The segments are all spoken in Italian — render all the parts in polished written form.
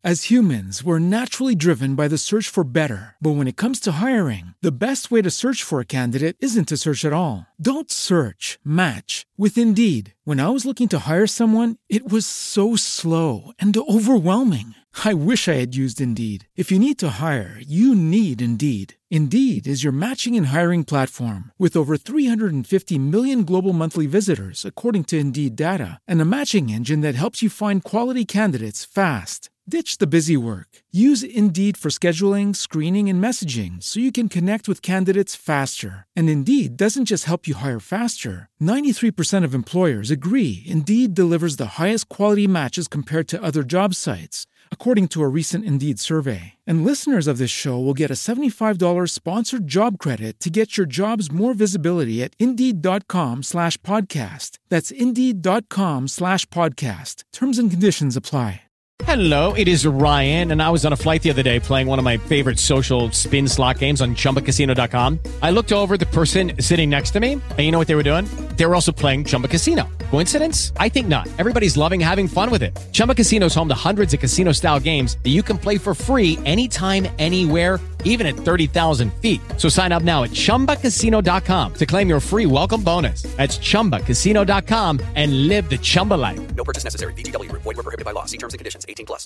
As humans, we're naturally driven by the search for better. But when it comes to hiring, the best way to search for a candidate isn't to search at all. Don't search, match with Indeed. When I was looking to hire someone, it was so slow and overwhelming. I wish I had used Indeed. If you need to hire, you need Indeed. Indeed is your matching and hiring platform with over 350 million global monthly visitors, according to Indeed data, and a matching engine that helps you find quality candidates fast. Ditch the busy work. Use Indeed for scheduling, screening, and messaging so you can connect with candidates faster. And Indeed doesn't just help you hire faster. 93% of employers agree Indeed delivers the highest quality matches compared to other job sites, according to a recent Indeed survey. And listeners of this show will get a $75 sponsored job credit to get your jobs more visibility at Indeed.com/podcast. That's Indeed.com/podcast. Terms and conditions apply. Hello, it is Ryan, and I was on a flight the other day playing one of my favorite social spin slot games on ChumbaCasino.com. I looked over at the person sitting next to me, and you know what they were doing? They were also playing Chumba Casino. Coincidence? I think not. Everybody's loving having fun with it. Chumba Casino is home to hundreds of casino-style games that you can play for free anytime, anywhere, even at 30,000 feet. So sign up now at ChumbaCasino.com to claim your free welcome bonus. That's ChumbaCasino.com and live the Chumba life. No purchase necessary. VGW. Void where prohibited by law. See terms and conditions. 18+.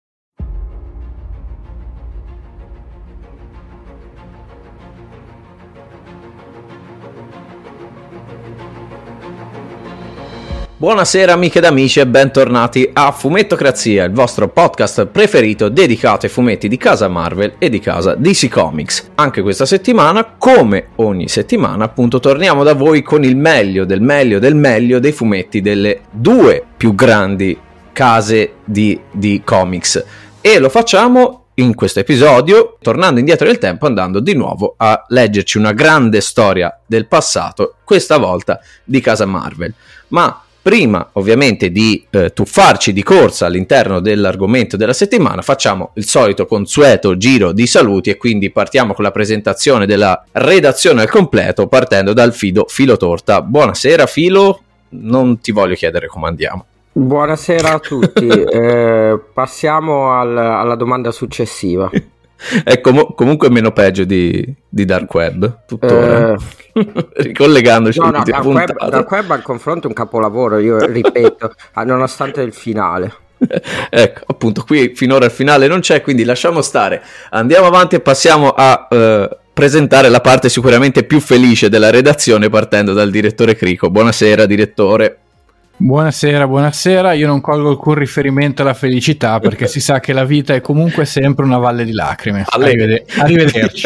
Buonasera amiche ed amici e bentornati a Fumettocrazia, il vostro podcast preferito dedicato ai fumetti di casa Marvel e di casa DC Comics. Anche questa settimana, come ogni settimana, appunto torniamo da voi con il meglio del meglio del meglio dei fumetti delle due più grandi case di comics. E lo facciamo in questo episodio tornando indietro nel tempo, andando di nuovo a leggerci una grande storia del passato, questa volta di casa Marvel. Ma prima ovviamente di tuffarci di corsa all'interno dell'argomento della settimana, facciamo il solito consueto giro di saluti e quindi partiamo con la presentazione della redazione al completo, partendo dal Filo Torta. Buonasera Filo, non ti voglio chiedere come andiamo. Buonasera a tutti, passiamo alla domanda successiva. È comunque meno peggio di Dark Web tuttora. Ricollegandoci Dark Web al confronto è un capolavoro, io ripeto, nonostante il finale. Ecco, appunto, qui finora il finale non c'è, quindi lasciamo stare, andiamo avanti e passiamo a presentare la parte sicuramente più felice della redazione, partendo dal direttore Crico. Buonasera direttore. Buonasera, io non colgo alcun riferimento alla felicità perché si sa che la vita è comunque sempre una valle di lacrime. Arrivederci.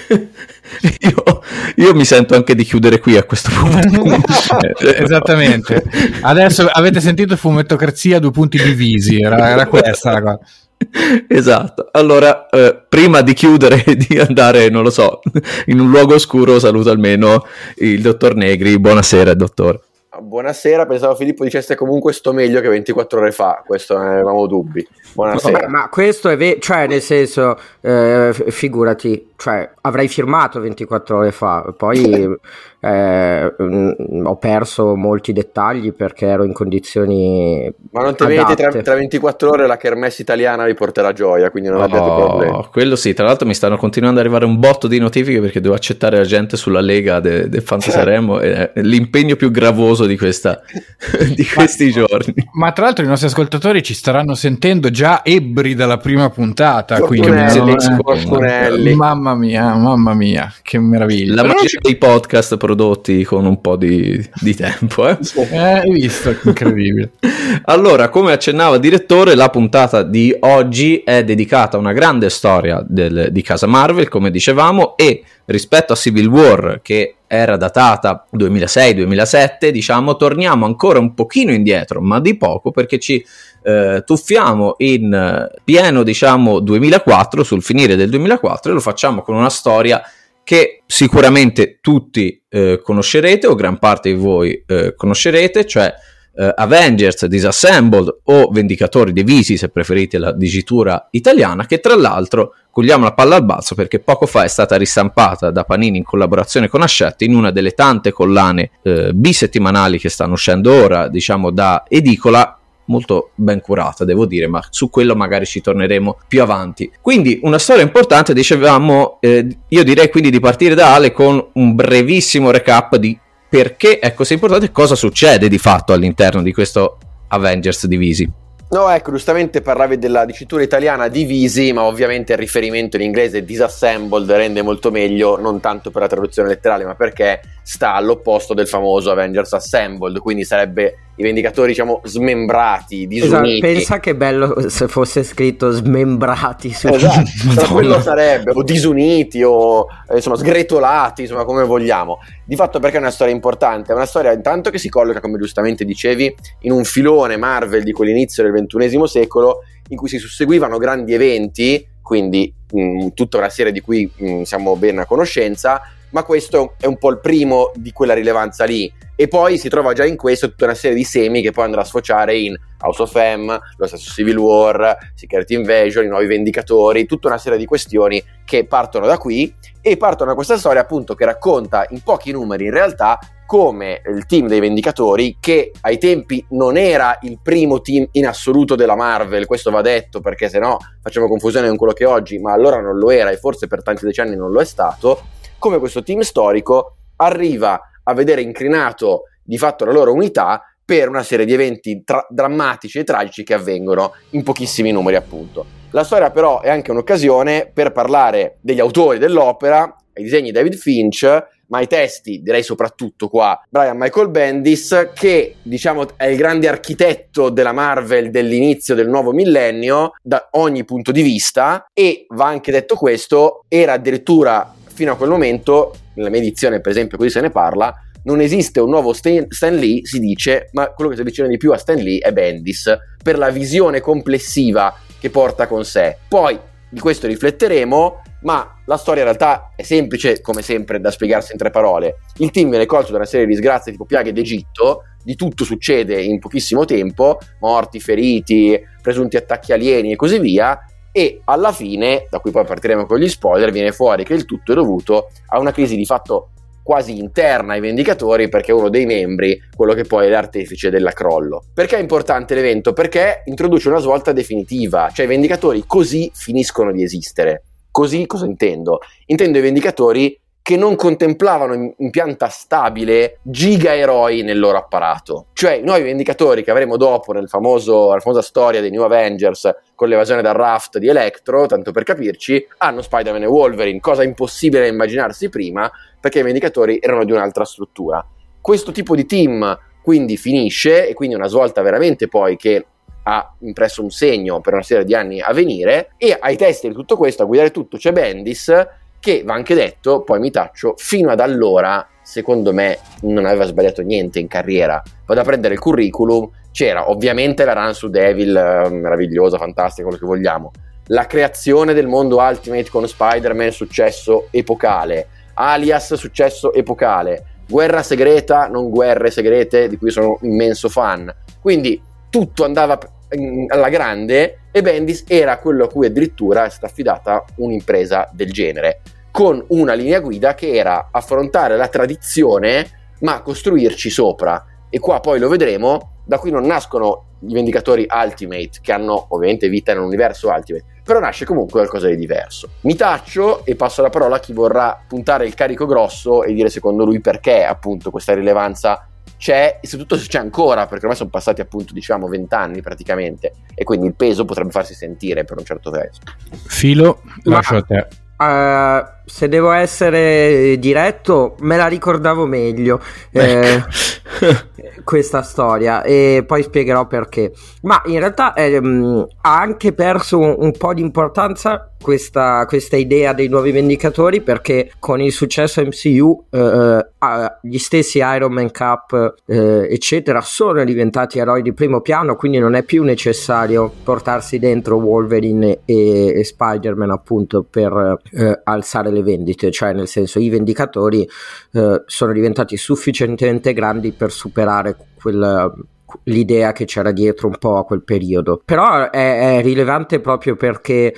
Io mi sento anche di chiudere qui a questo punto. Esattamente. Adesso avete sentito Fumettocrazia, 2 punti divisi, era questa la cosa. Esatto. Allora, prima di chiudere e di andare, non lo so, in un luogo oscuro, saluto almeno il dottor Negri. Buonasera, dottore. Buonasera, pensavo Filippo dicesse comunque sto meglio che 24 ore fa, questo non avevamo dubbi. Buonasera. Ma questo è vero, cioè nel senso, figurati, cioè avrei firmato 24 ore fa, poi ho perso molti dettagli perché ero in condizioni ma non temete, tra 24 ore la kermesse italiana vi porterà gioia, quindi non abbiate problemi. Quello sì, tra l'altro mi stanno continuando ad arrivare un botto di notifiche perché devo accettare la gente sulla Lega del Fantasaremo, è l'impegno più gravoso di questi giorni. Ma tra l'altro i nostri ascoltatori ci staranno sentendo già ebbri dalla prima puntata, Fortunelli. Mamma mia, che meraviglia. La magia dei podcast prodotti con un po' di tempo, hai visto, incredibile. Allora, come accennava il direttore, la puntata di oggi è dedicata a una grande storia di casa Marvel, come dicevamo, e rispetto a Civil War, che era datata 2006-2007, diciamo, torniamo ancora un pochino indietro, ma di poco, perché ci tuffiamo in pieno, diciamo, 2004, sul finire del 2004, e lo facciamo con una storia che sicuramente tutti conoscerete, o gran parte di voi conoscerete, cioè Avengers Disassembled o Vendicatori Divisi, se preferite la dicitura italiana, che tra l'altro cogliamo la palla al balzo perché poco fa è stata ristampata da Panini in collaborazione con Hachette in una delle tante collane bisettimanali che stanno uscendo ora, diciamo, da edicola, molto ben curata, devo dire, ma su quello magari ci torneremo più avanti. Quindi una storia importante, dicevamo, io direi quindi di partire da Ale con un brevissimo recap di perché è così importante e cosa succede di fatto all'interno di questo Avengers Divisi. No, ecco, giustamente parlavi della dicitura italiana divisi, ma ovviamente il riferimento in inglese disassembled rende molto meglio, non tanto per la traduzione letterale, ma perché sta all'opposto del famoso Avengers Assembled, quindi sarebbe i Vendicatori, diciamo, smembrati, disuniti. Esatto, pensa che bello se fosse scritto smembrati su... Esatto, quello sarebbe, o disuniti, o insomma sgretolati, insomma come vogliamo. Di fatto perché è una storia importante, è una storia intanto che si colloca, come giustamente dicevi, in un filone Marvel di quell'inizio del XXI secolo in cui si susseguivano grandi eventi, quindi tutta una serie di cui siamo ben a conoscenza, ma questo è un po' il primo di quella rilevanza lì, e poi si trova già in questo tutta una serie di semi che poi andrà a sfociare in House of M, lo stesso Civil War, Secret Invasion, i nuovi Vendicatori, tutta una serie di questioni che partono da qui e partono da questa storia appunto che racconta in pochi numeri in realtà come il team dei Vendicatori, che ai tempi non era il primo team in assoluto della Marvel, questo va detto perché sennò facciamo confusione con quello che è oggi, ma allora non lo era e forse per tanti decenni non lo è stato, come questo team storico arriva a vedere incrinato di fatto la loro unità per una serie di eventi drammatici e tragici che avvengono in pochissimi numeri appunto. La storia però è anche un'occasione per parlare degli autori dell'opera, i disegni David Finch, ma i testi direi soprattutto qua Brian Michael Bendis, che diciamo è il grande architetto della Marvel dell'inizio del nuovo millennio da ogni punto di vista, e va anche detto questo, era addirittura fino a quel momento, nella mia edizione per esempio così se ne parla, non esiste un nuovo Stan Lee, si dice, ma quello che si avvicina di più a Stan Lee è Bendis, per la visione complessiva che porta con sé. Poi di questo rifletteremo, ma la storia in realtà è semplice, come sempre, da spiegarsi in 3 parole. Il team viene colto da una serie di disgrazie tipo piaghe d'Egitto, di tutto succede in pochissimo tempo, morti, feriti, presunti attacchi alieni e così via, e alla fine, da cui poi partiremo con gli spoiler, viene fuori che il tutto è dovuto a una crisi di fatto quasi interna ai Vendicatori, perché uno dei membri, quello che poi è l'artefice dell'accrollo. Perché è importante l'evento? Perché introduce una svolta definitiva, cioè i Vendicatori così finiscono di esistere. Così cosa intendo? Intendo i Vendicatori che non contemplavano in pianta stabile giga eroi nel loro apparato. Cioè i nuovi Vendicatori che avremo dopo la famosa storia dei New Avengers con l'evasione dal raft di Electro, tanto per capirci, hanno Spider-Man e Wolverine, cosa impossibile da immaginarsi prima, perché i Vendicatori erano di un'altra struttura. Questo tipo di team quindi finisce, e quindi una svolta veramente poi che ha impresso un segno per una serie di anni a venire, e ai testi di tutto questo, a guidare tutto, c'è Bendis, che va anche detto, poi mi taccio, fino ad allora secondo me non aveva sbagliato niente in carriera. Vado a prendere il curriculum, c'era ovviamente la run su Devil, meravigliosa, fantastica, quello che vogliamo, la creazione del mondo Ultimate con Spider-Man, successo epocale, Alias, successo epocale, Guerra segreta, non guerre segrete, di cui sono immenso fan, quindi tutto andava alla grande, e Bendis era quello a cui addirittura è stata affidata un'impresa del genere, con una linea guida che era affrontare la tradizione ma costruirci sopra. E qua poi lo vedremo, da qui non nascono i Vendicatori Ultimate, che hanno ovviamente vita nell'universo Ultimate, però nasce comunque qualcosa di diverso. Mi taccio e passo la parola a chi vorrà puntare il carico grosso e dire secondo lui perché appunto questa rilevanza c'è, e soprattutto se c'è ancora, perché ormai sono passati appunto diciamo 20 anni praticamente, e quindi il peso potrebbe farsi sentire per un certo verso. Filo, lascio a te. Se devo essere diretto, me la ricordavo meglio questa storia, e poi spiegherò perché. Ma in realtà ha anche perso un po' di importanza questa idea dei nuovi Vendicatori, perché con il successo MCU gli stessi Iron Man, Cap eccetera sono diventati eroi di primo piano, quindi non è più necessario portarsi dentro Wolverine e Spider-Man appunto per alzare le vendite, cioè nel senso i Vendicatori sono diventati sufficientemente grandi per superare l'idea che c'era dietro un po' a quel periodo. Però è rilevante proprio perché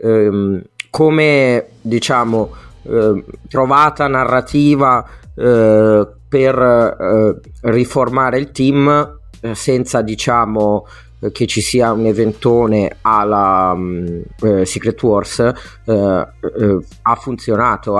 come diciamo trovata narrativa per riformare il team senza diciamo che ci sia un eventone alla Secret Wars ha funzionato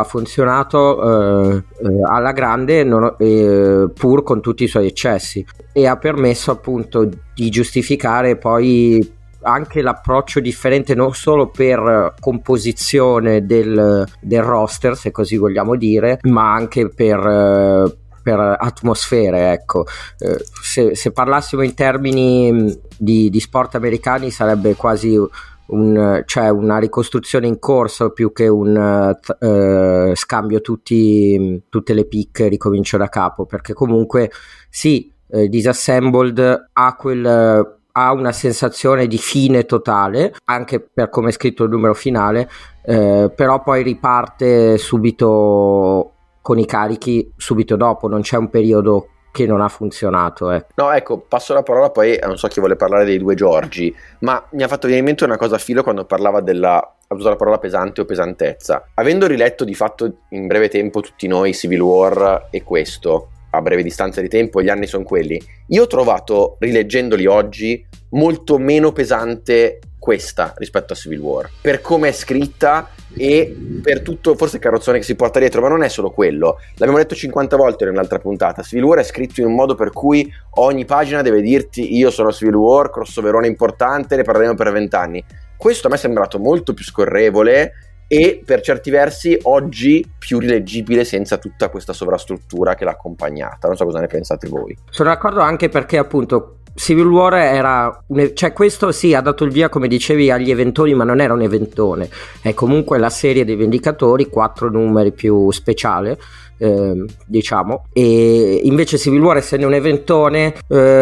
alla grande, pur con tutti i suoi eccessi, e ha permesso appunto di giustificare poi anche l'approccio differente, non solo per composizione del roster, se così vogliamo dire, ma anche per atmosfere, ecco. Se parlassimo in termini di sport americani sarebbe quasi una ricostruzione in corso più che un scambio tutte le picche, ricomincio da capo, perché comunque sì, Disassembled ha una sensazione di fine totale, anche per come è scritto il numero finale, però poi riparte subito con i carichi subito dopo, non c'è un periodo che non ha funzionato. No, ecco, passo la parola poi, non so chi vuole parlare dei due Giorgi, ma mi ha fatto venire in mente una cosa a Filo quando parlava ha usato la parola pesante o pesantezza. Avendo riletto di fatto in breve tempo tutti noi Civil War e questo, a breve distanza di tempo, gli anni sono quelli, io ho trovato, rileggendoli oggi, molto meno pesante questa rispetto a Civil War, per come è scritta e per tutto forse il carrozzone che si porta dietro, ma non è solo quello, l'abbiamo detto 50 volte nell'altra puntata. Civil War è scritto in un modo per cui ogni pagina deve dirti io sono Civil War, crossoverone importante, ne parleremo per 20 anni. Questo a me è sembrato molto più scorrevole e per certi versi oggi più rileggibile senza tutta questa sovrastruttura che l'ha accompagnata. Non so cosa ne pensate voi. Sono d'accordo, anche perché appunto Civil War era questo sì, ha dato il via, come dicevi, agli eventoni, ma non era un eventone, è comunque la serie dei Vendicatori, 4 numeri più speciale, diciamo, e invece Civil War, essendo un eventone,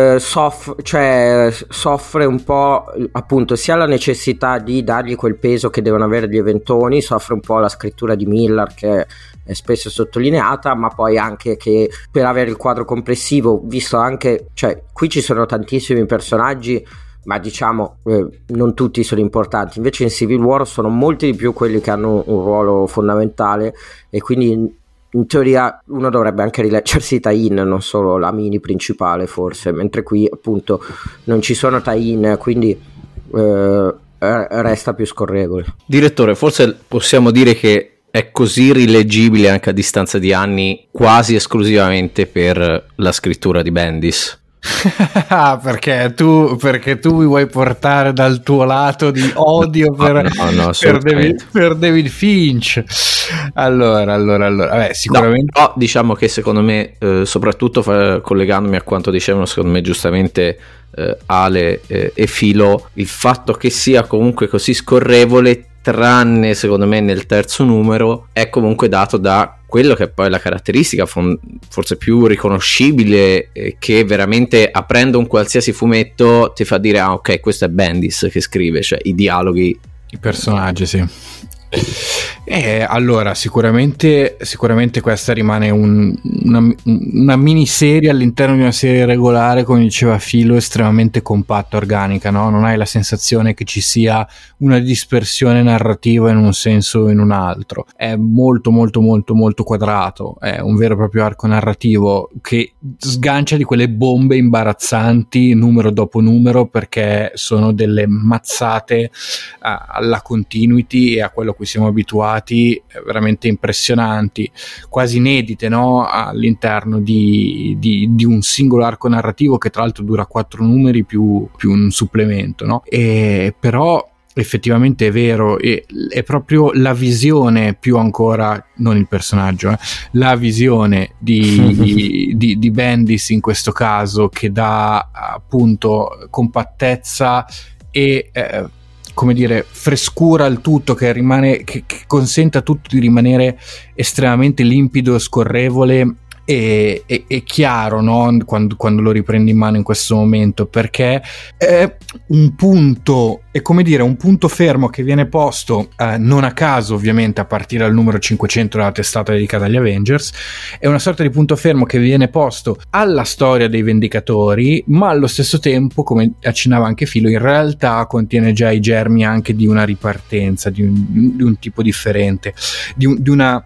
soffre un po' appunto sia la necessità di dargli quel peso che devono avere gli eventoni, soffre un po' la scrittura di Miller che è spesso sottolineata, ma poi anche che per avere il quadro complessivo, visto anche, qui ci sono tantissimi personaggi, ma diciamo non tutti sono importanti, invece in Civil War sono molti di più quelli che hanno un ruolo fondamentale, e quindi in teoria uno dovrebbe anche rileggersi i tie-in, non solo la mini principale forse, mentre qui appunto non ci sono tie-in, quindi resta più scorrevole. Direttore, forse possiamo dire che è così rileggibile anche a distanza di anni quasi esclusivamente per la scrittura di Bendis. perché tu mi vuoi portare dal tuo lato di odio per David Finch. Allora vabbè, sicuramente no, diciamo che secondo me soprattutto collegandomi a quanto dicevano secondo me giustamente Ale e Filo, il fatto che sia comunque così scorrevole, tranne secondo me nel terzo numero, è comunque dato da quello che è poi la caratteristica forse più riconoscibile, che veramente aprendo un qualsiasi fumetto ti fa dire ah ok, questo è Bendis che scrive, cioè i dialoghi, i personaggi, sì. Allora sicuramente questa rimane una miniserie all'interno di una serie regolare, come diceva Filo, estremamente compatta, organica, no? Non hai la sensazione che ci sia una dispersione narrativa in un senso o in un altro, è molto molto molto molto quadrato, è un vero e proprio arco narrativo che sgancia di quelle bombe imbarazzanti numero dopo numero, perché sono delle mazzate alla continuity e a quello a cui siamo abituati, veramente impressionanti, quasi inedite, no? All'interno di un singolo arco narrativo che tra l'altro dura 4 numeri più un supplemento, no? E però effettivamente è vero, è proprio la visione, più ancora non il personaggio, la visione di Bendis in questo caso, che dà appunto compattezza e come dire frescura al tutto, che consente a tutto di rimanere estremamente limpido, scorrevole e chiaro, no? Quando lo riprendi in mano in questo momento, perché è un punto, è come dire un punto fermo che viene posto non a caso, ovviamente a partire dal numero 500 della testata dedicata agli Avengers, è una sorta di punto fermo che viene posto alla storia dei Vendicatori, ma allo stesso tempo, come accennava anche Filo, in realtà contiene già i germi anche di una ripartenza, di un tipo differente, di una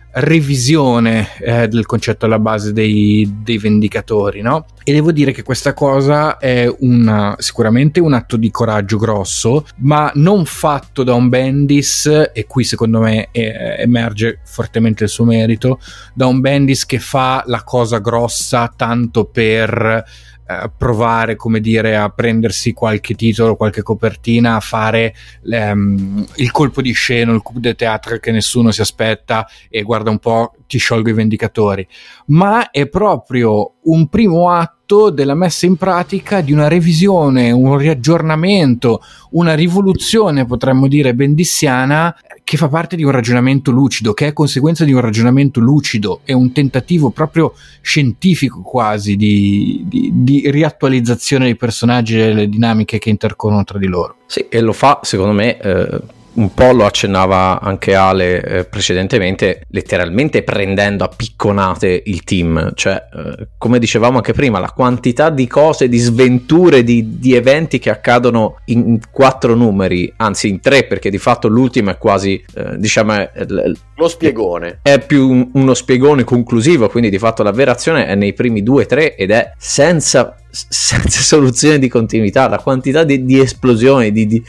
revisione del concetto alla base dei Vendicatori, no? E devo dire che questa cosa è sicuramente un atto di coraggio grosso, ma non fatto da un Bendis, e qui secondo me emerge fortemente il suo merito, da un Bendis che fa la cosa grossa tanto per provare, come dire, a prendersi qualche titolo, qualche copertina, a fare il colpo di scena, il coup de théâtre che nessuno si aspetta e guarda un po', ti sciolgo i Vendicatori, ma è proprio un primo atto della messa in pratica di una revisione, un riaggiornamento, una rivoluzione, potremmo dire, bendissiana, che fa parte di un ragionamento lucido, che è conseguenza di un ragionamento lucido, è un tentativo proprio scientifico quasi di riattualizzazione dei personaggi e delle dinamiche che intercorrono tra di loro. Sì, e lo fa, secondo me, un po' lo accennava anche Ale precedentemente, letteralmente prendendo a picconate il team, cioè come dicevamo anche prima, la quantità di cose, di sventure, di eventi che accadono in 4 numeri, anzi in 3, perché di fatto l'ultimo è quasi lo spiegone, è più uno spiegone conclusivo, quindi di fatto la vera azione è nei primi 2-3 ed è senza soluzione di continuità. La quantità di esplosioni, di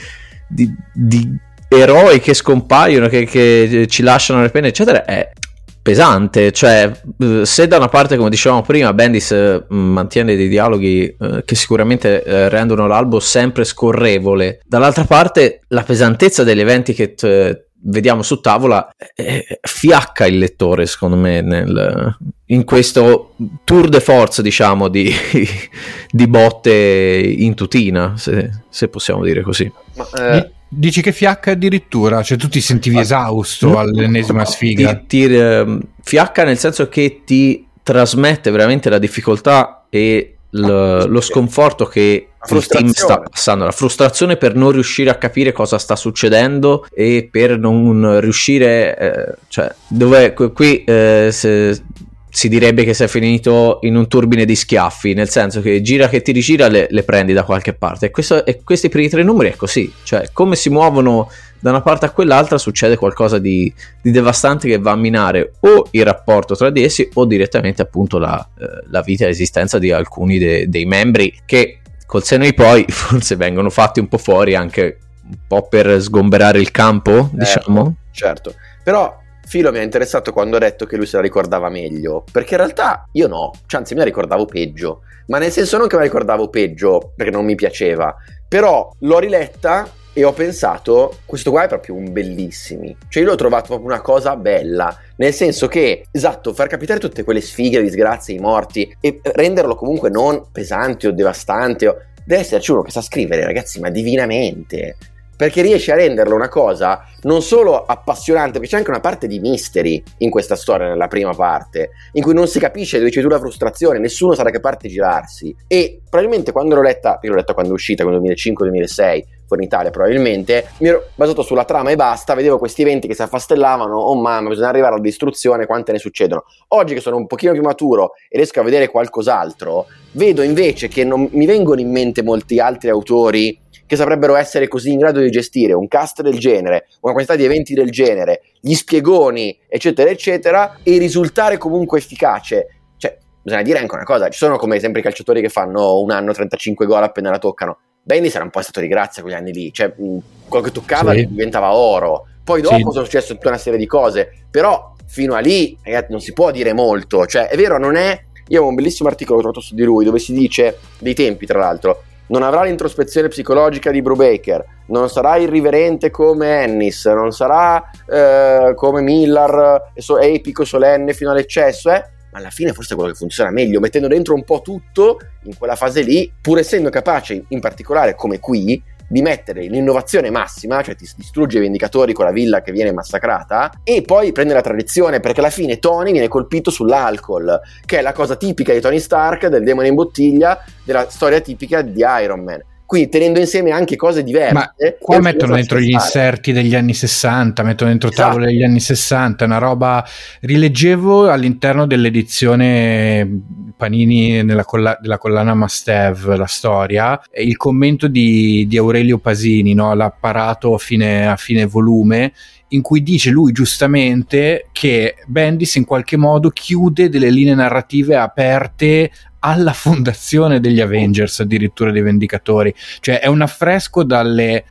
eroi che scompaiono, che ci lasciano le penne, eccetera, è pesante. Cioè, se da una parte, come dicevamo prima, Bendis mantiene dei dialoghi che sicuramente rendono l'albo sempre scorrevole, dall'altra parte la pesantezza degli eventi che vediamo su tavola fiacca il lettore, secondo me, in questo tour de force, diciamo, di botte in tutina, se possiamo dire così. Ma dici che fiacca addirittura? Cioè tu ti sentivi esausto all'ennesima sfiga? Fiacca nel senso che ti trasmette veramente la difficoltà e lo sconforto che il team sta passando, la frustrazione per non riuscire a capire cosa sta succedendo e per non riuscire cioè dove qui si direbbe che sei finito in un turbine di schiaffi, nel senso che gira che ti rigira le prendi da qualche parte, e questi primi 3 numeri è così, cioè come si muovono da una parte a quell'altra succede qualcosa di devastante che va a minare o il rapporto tra di essi o direttamente appunto la vita e l'esistenza di alcuni dei membri, che col senno di poi forse vengono fatti un po' fuori anche un po' per sgomberare il campo, diciamo. Certo, però Filo mi ha interessato quando ha detto che lui se la ricordava meglio, perché in realtà io no, cioè anzi me la ricordavo peggio, ma nel senso non che me la ricordavo peggio perché non mi piaceva, però l'ho riletta e ho pensato, questo qua è proprio un bellissimi, cioè io l'ho trovato proprio una cosa bella, nel senso che, esatto, far capitare tutte quelle sfighe, le disgrazie, i morti, e renderlo comunque non pesante o devastante, deve esserci uno che sa scrivere, ragazzi, ma divinamente, perché riesce a renderlo una cosa non solo appassionante, perché c'è anche una parte di mystery in questa storia, nella prima parte, in cui non si capisce dove c'è tu la frustrazione, nessuno sa da che parte girarsi, e probabilmente quando l'ho letta, io l'ho letta quando è uscita, quando 2005-2006, fuori in Italia probabilmente, mi ero basato sulla trama e basta, vedevo questi eventi che si affastellavano, oh mamma, bisogna arrivare alla distruzione, quante ne succedono. Oggi che sono un pochino più maturo e riesco a vedere qualcos'altro, vedo invece che non mi vengono in mente molti altri autori che saprebbero essere così in grado di gestire un cast del genere, una quantità di eventi del genere, gli spiegoni, eccetera, eccetera, e risultare comunque efficace. Cioè, bisogna dire anche una cosa, ci sono come sempre i calciatori che fanno un anno 35 gol appena la toccano. Bendis era un po' stato di grazia quegli anni lì, cioè quello che toccava diventava oro. Poi dopo sono successe tutta una serie di cose, però fino a lì, ragazzi, non si può dire molto. Cioè, è vero, non è... Io ho un bellissimo articolo che ho trovato su di lui, dove si dice, dei tempi tra l'altro, non avrà l'introspezione psicologica di Brubaker, non sarà irriverente come Ennis, non sarà come Millar, epico, solenne fino all'eccesso, ma alla fine forse è quello che funziona meglio, mettendo dentro un po' tutto in quella fase lì, pur essendo capace, in particolare come qui, di mettere l'innovazione massima, cioè ti distrugge i Vendicatori con la villa che viene massacrata, e poi prende la tradizione, perché alla fine Tony viene colpito sull'alcol, che è la cosa tipica di Tony Stark, del demone in bottiglia, della storia tipica di Iron Man. Quindi tenendo insieme anche cose diverse. Ma qua mettono dentro gli inserti degli anni 60, mettono dentro tavole degli anni 60, una roba. Rileggevo all'interno dell'edizione Panini della collana Must Have la storia, il commento di Aurelio Pasini, no? L'apparato a fine volume, in cui dice lui giustamente che Bendis in qualche modo chiude delle linee narrative aperte alla fondazione degli Avengers, addirittura dei Vendicatori, cioè è un affresco dalle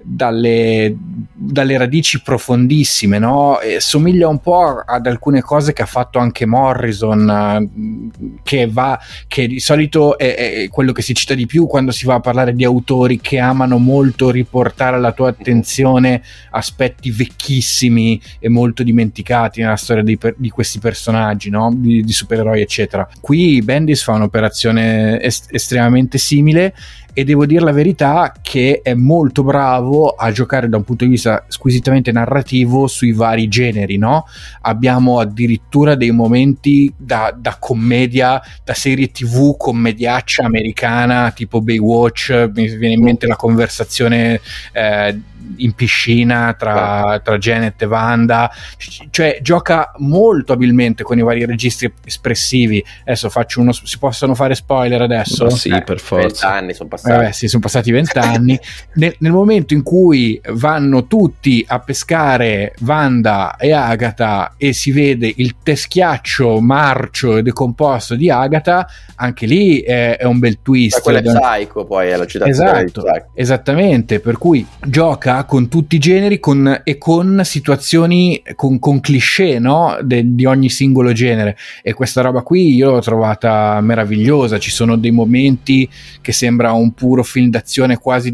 radici profondissime, no? E somiglia un po' ad alcune cose che ha fatto anche Morrison, che di solito è quello che si cita di più quando si va a parlare di autori che amano molto riportare alla tua attenzione aspetti vecchissimi e molto dimenticati nella storia di questi personaggi, no? Di supereroi eccetera. Qui Bendis fa un'operazione estremamente simile, e devo dire la verità che è molto bravo a giocare da un punto di vista squisitamente narrativo sui vari generi, no? Abbiamo addirittura dei momenti da commedia, da serie TV commediaccia americana tipo Baywatch, mi viene in mente la conversazione in piscina tra Janet e Wanda, cioè gioca molto abilmente con i vari registri espressivi. Adesso si possono fare spoiler adesso? Ma sì, per forza. 20 anni sono passati. Sì, sono passati 20 anni. Nel momento in cui vanno tutti a pescare Wanda e Agatha e si vede il teschiaccio marcio e decomposto di Agatha, anche lì è un bel twist. Quella è Psycho, poi è la citazione di Psycho. Esattamente, per cui gioca con tutti i generi con situazioni con cliché, no? Di ogni singolo genere, e questa roba qui io l'ho trovata meravigliosa. Ci sono dei momenti che sembra un puro film d'azione quasi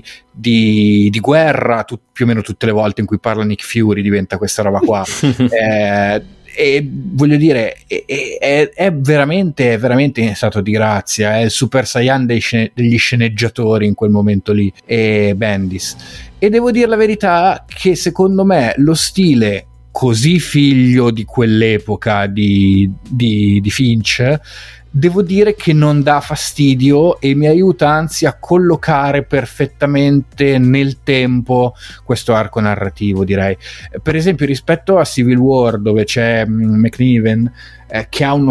di guerra, più o meno tutte le volte in cui parla Nick Fury diventa questa roba qua. E voglio dire, è veramente in stato di grazia, è il Super Saiyan degli sceneggiatori in quel momento lì, e Bendis. E devo dire la verità che secondo me lo stile così figlio di quell'epoca di Finch, devo dire che non dà fastidio e mi aiuta anzi a collocare perfettamente nel tempo questo arco narrativo, direi. Per esempio rispetto a Civil War, dove c'è McNiven che ha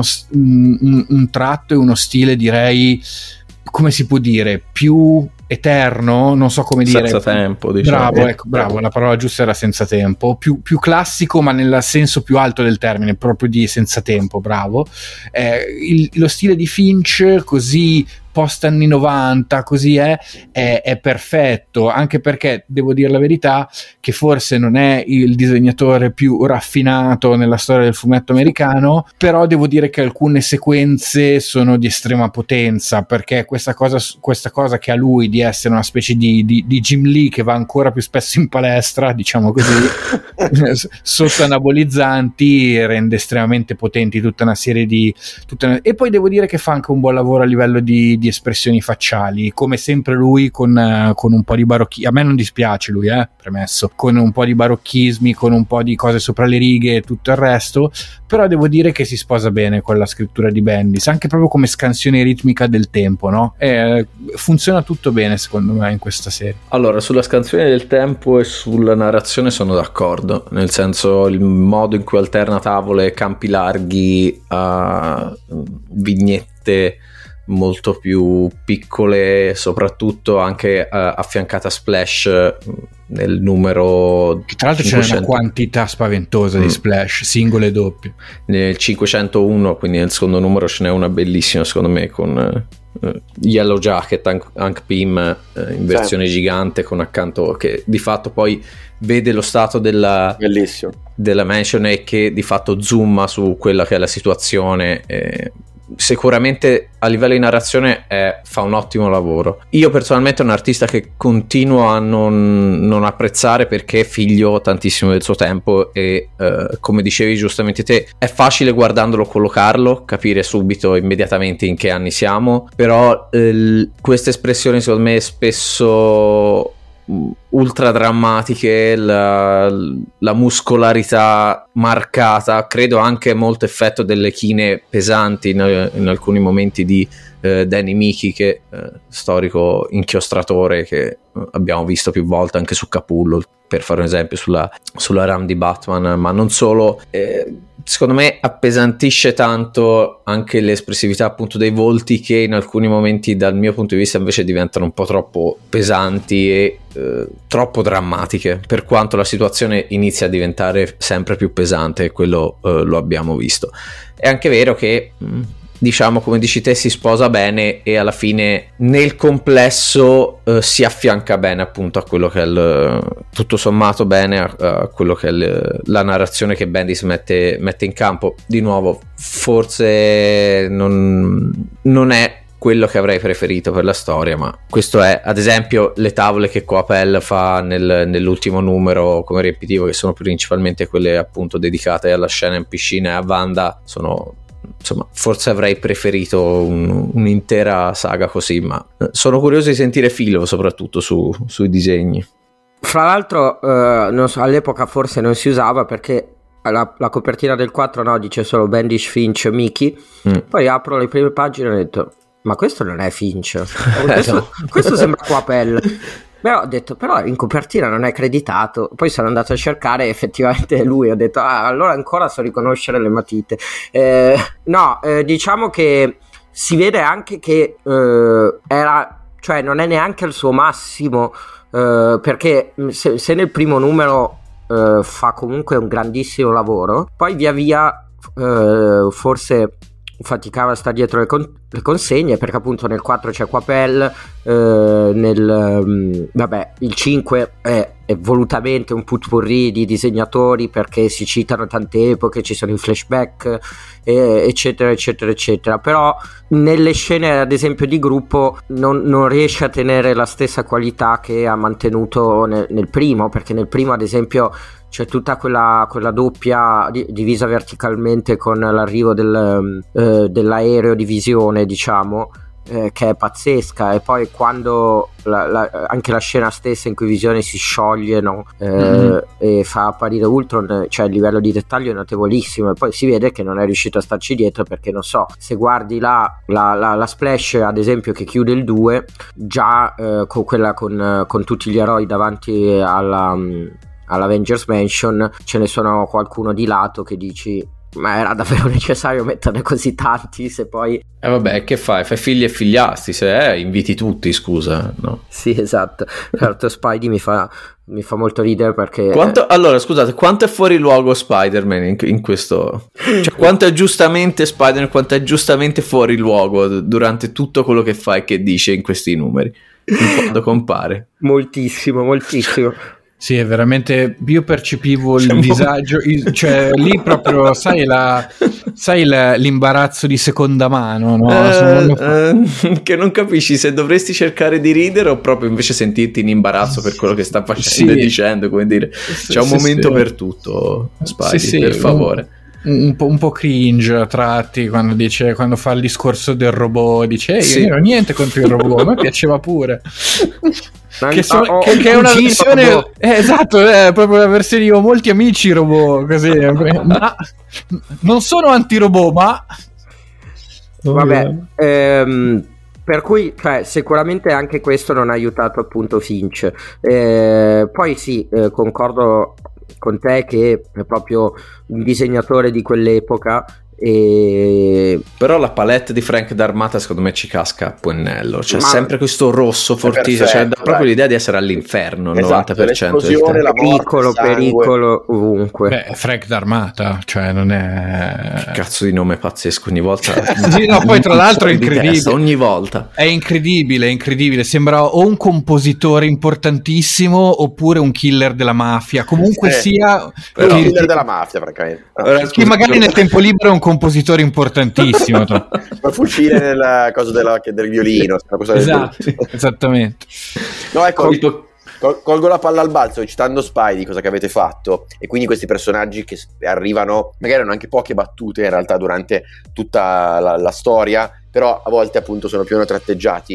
un tratto e uno stile, direi, come si può dire, più eterno, non so come dire, senza tempo, diciamo. Bravo, la parola giusta era senza tempo, più classico, ma nel senso più alto del termine, proprio di senza tempo, bravo. Lo stile di Finch così post anni 90, così è perfetto, anche perché devo dire la verità che forse non è il disegnatore più raffinato nella storia del fumetto americano, però devo dire che alcune sequenze sono di estrema potenza, perché questa cosa che ha lui di essere una specie di Jim Lee che va ancora più spesso in palestra, diciamo così, sotto anabolizzanti, rende estremamente potenti tutta una serie e poi devo dire che fa anche un buon lavoro a livello di espressioni facciali, come sempre lui con un po' di barocchismi. A me non dispiace lui, premesso, con un po' di barocchismi, con un po' di cose sopra le righe e tutto il resto, però devo dire che si sposa bene con la scrittura di Bendis, anche proprio come scansione ritmica del tempo, no? Funziona tutto bene secondo me in questa serie. Allora, sulla scansione del tempo e sulla narrazione sono d'accordo, nel senso, il modo in cui alterna tavole, campi larghi a vignette molto più piccole, soprattutto anche affiancata a splash nel numero, che tra l'altro 500... c'è una quantità spaventosa di splash singole e doppie. Nel 501, quindi nel secondo numero, ce n'è una bellissima secondo me con Yellow Jacket, Hank Pym in versione gigante, con accanto, che di fatto poi vede lo stato della mansion e che di fatto zooma su quella che è la situazione. Sicuramente a livello di narrazione fa un ottimo lavoro. Io personalmente è un artista che continuo a non apprezzare, perché è figlio tantissimo del suo tempo e come dicevi giustamente te, è facile guardandolo collocarlo, capire subito immediatamente in che anni siamo, però queste espressioni secondo me spesso ultra drammatiche, la muscolarità marcata, credo anche molto effetto delle chine pesanti in alcuni momenti di Danny Miki, che storico inchiostratore che abbiamo visto più volte anche su Capullo, per fare un esempio, sulla run di Batman, ma non solo. Secondo me appesantisce tanto anche l'espressività appunto dei volti, che in alcuni momenti dal mio punto di vista invece diventano un po' troppo pesanti e troppo drammatiche, per quanto la situazione inizia a diventare sempre più pesante, e quello lo abbiamo visto. È anche vero che diciamo, come dici te, si sposa bene e alla fine nel complesso si affianca bene appunto a quello che è tutto sommato bene a quello che è la narrazione che Bendis mette in campo. Di nuovo, forse non è quello che avrei preferito per la storia, ma questo è. Ad esempio, le tavole che Coapel fa nell'ultimo numero come riempitivo, che sono principalmente quelle appunto dedicate alla scena in piscina e a Wanda, sono, insomma, forse avrei preferito un'intera saga così, ma sono curioso di sentire Filo soprattutto sui disegni. Fra l'altro non so, all'epoca forse non si usava, perché la copertina del 4 dice solo Bendis, Finch, Mickey. Poi apro le prime pagine e ho detto, ma questo non è Finch, questo sembra Coapel. Però ho detto, però in copertina non è creditato. Poi sono andato a cercare, effettivamente lui. Ho detto, allora ancora so riconoscere le matite. Diciamo che si vede anche che cioè non è neanche il suo massimo, perché se nel primo numero fa comunque un grandissimo lavoro, poi via via forse faticava a stare dietro le consegne, perché appunto nel 4 c'è Coapel, il 5 è volutamente un putpurri di disegnatori, perché si citano tante epoche, ci sono i flashback, eccetera eccetera eccetera. Però nelle scene ad esempio di gruppo non riesce a tenere la stessa qualità che ha mantenuto nel primo, perché nel primo ad esempio c'è tutta quella doppia divisa verticalmente con l'arrivo dell'aereo di Visione, diciamo, che è pazzesca. E poi quando anche la scena stessa in cui Visione si scioglie, no? E fa apparire Ultron, cioè il livello di dettaglio è notevolissimo, e poi si vede che non è riuscito a starci dietro, perché non so, se guardi la splash ad esempio che chiude il 2, già con quella con tutti gli eroi davanti all'Avengers Mansion, ce ne sono qualcuno di lato che dici, ma era davvero necessario metterne così tanti? Se poi vabbè, che fai figli e figliasti, se inviti tutti, scusa, no? Sì, esatto. Certo, Spidey mi fa molto ridere, perché allora scusate, quanto è fuori luogo Spider-Man in questo, cioè quanto è giustamente Spider-Man, quanto è giustamente fuori luogo durante tutto quello che fa e che dice in questi numeri, quando compare? Moltissimo. Sì, è veramente, io percepivo il disagio, cioè lì proprio sai l'imbarazzo di seconda mano, no? Che non capisci se dovresti cercare di ridere o proprio invece sentirti in imbarazzo per quello che sta facendo e dicendo, come dire, c'è un momento per tutto, Spidey, per favore. Un po' cringe a tratti, quando fa il discorso del robot, dice io non ho niente contro il robot, a me piaceva pure. Che è una versione esatto, è proprio la versione, io ho molti amici robot così, ma non sono anti-robot, ma vabbè, per cui sicuramente anche questo non ha aiutato appunto Finch. Poi sì, concordo con te che è proprio un disegnatore di quell'epoca, però la palette di Frank D'Armata secondo me ci casca a pennello, cioè sempre questo rosso fortissimo, cioè dà proprio l'idea di essere all'inferno, esatto, 90% del tempo. Pericolo ovunque. Beh, Frank D'Armata, cioè non è, che cazzo di nome pazzesco ogni volta. Sì, no, poi tra l'altro è incredibile, ogni volta è incredibile, sembra o un compositore importantissimo oppure un killer della mafia, comunque sia però un killer della mafia, francamente. Che magari nel tempo libero è un compositore importantissimo. Per fucire nella cosa del violino, esatto, esattamente. No, ecco, colgo la palla al balzo citando Spidey, cosa che avete fatto, e quindi questi personaggi che arrivano, magari hanno anche poche battute in realtà durante tutta la storia, però a volte appunto sono più o meno tratteggiati.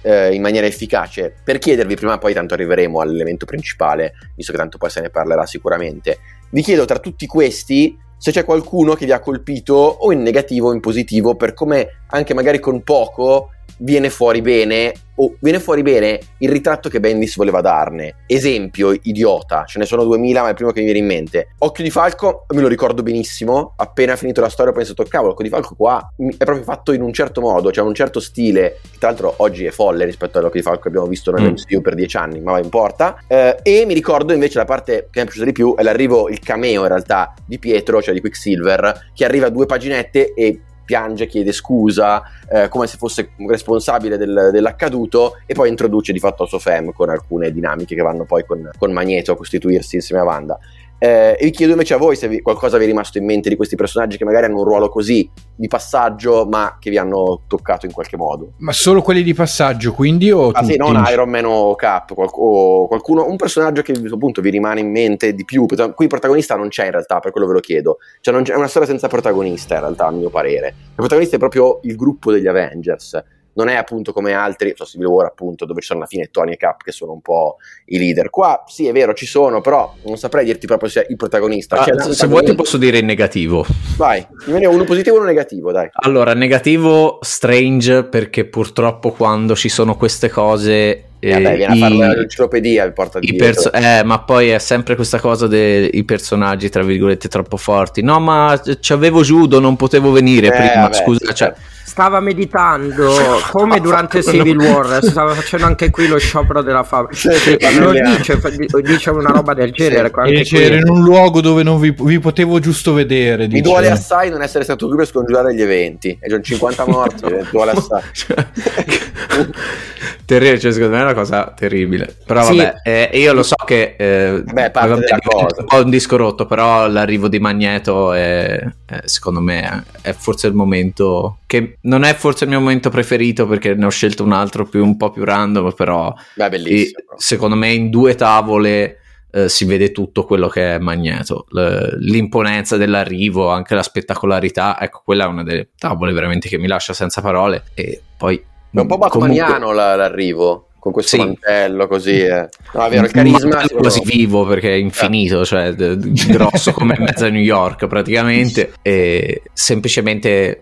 in maniera efficace, per chiedervi, prima o poi tanto arriveremo all'elemento principale, visto che tanto poi se ne parlerà sicuramente, vi chiedo tra tutti questi se c'è qualcuno che vi ha colpito o in negativo o in positivo, per come anche magari con poco viene fuori bene, o viene fuori bene il ritratto che Bendis voleva darne. Esempio idiota, ce ne sono 2000, ma è il primo che mi viene in mente. Occhio di Falco, me lo ricordo benissimo, appena finito la storia ho pensato, cavolo, Occhio di Falco qua è proprio fatto in un certo modo, cioè un certo stile, che tra l'altro oggi è folle rispetto all'Occhio di Falco che abbiamo visto nell'MCU per 10 anni, ma va importa. E mi ricordo invece la parte che mi è piaciuta di più è l'arrivo, il cameo in realtà di Pietro, cioè di Quicksilver, che arriva a 2 paginette e piange, chiede scusa, come se fosse responsabile dell'accaduto, e poi introduce di fatto Sofem con alcune dinamiche che vanno poi con Magneto a costituirsi insieme a Wanda. E vi chiedo invece a voi se qualcosa vi è rimasto in mente di questi personaggi che magari hanno un ruolo così di passaggio, ma che vi hanno toccato in qualche modo. Ma solo quelli di passaggio, quindi, o tutti? Sì, non Iron Man o Cap, o qualcuno, un personaggio che appunto vi rimane in mente di più. Qui il protagonista non c'è in realtà, per quello ve lo chiedo, cioè non c'è, è una storia senza protagonista in realtà, a mio parere. Il protagonista è proprio il gruppo degli Avengers, non è appunto come altri, Civil War appunto, dove ci sono alla fine Tony e Cap che sono un po' i leader. Qua sì, è vero, ci sono, però non saprei dirti proprio se è il protagonista. Se vuoi ti posso dire in negativo. Vai, uno positivo e uno negativo, dai. Allora, negativo Strange, perché purtroppo quando ci sono queste cose viene a fare l'enciclopedia, porta ma poi è sempre questa cosa dei personaggi tra virgolette troppo forti. No, ma c'avevo judo, non potevo venire prima, scusa, cioè stava meditando come durante Civil War, stava facendo anche qui lo sciopero della fame. Lo dice una roba del genere. Era in un luogo dove non vi potevo giusto vedere. Mi duole assai non essere stato qui per scongiurare gli eventi, e già 50 morti, duole assai. Terribile, cioè, secondo me è una cosa terribile. Però sì. Vabbè, io lo so che parte della cosa. Ho un disco rotto, però l'arrivo di Magneto secondo me è forse il momento che non è forse il mio momento preferito, perché ne ho scelto un altro un po' più random, però bellissimo. Secondo me in 2 tavole si vede tutto quello che è Magneto, l'imponenza dell'arrivo, anche la spettacolarità. Ecco, quella è una delle tavole veramente che mi lascia senza parole. E poi è un po' batmaniano l'arrivo, con questo mantello così. No, è vero, il carisma è quasi vivo, perché è infinito, cioè grosso come mezza New York praticamente, e semplicemente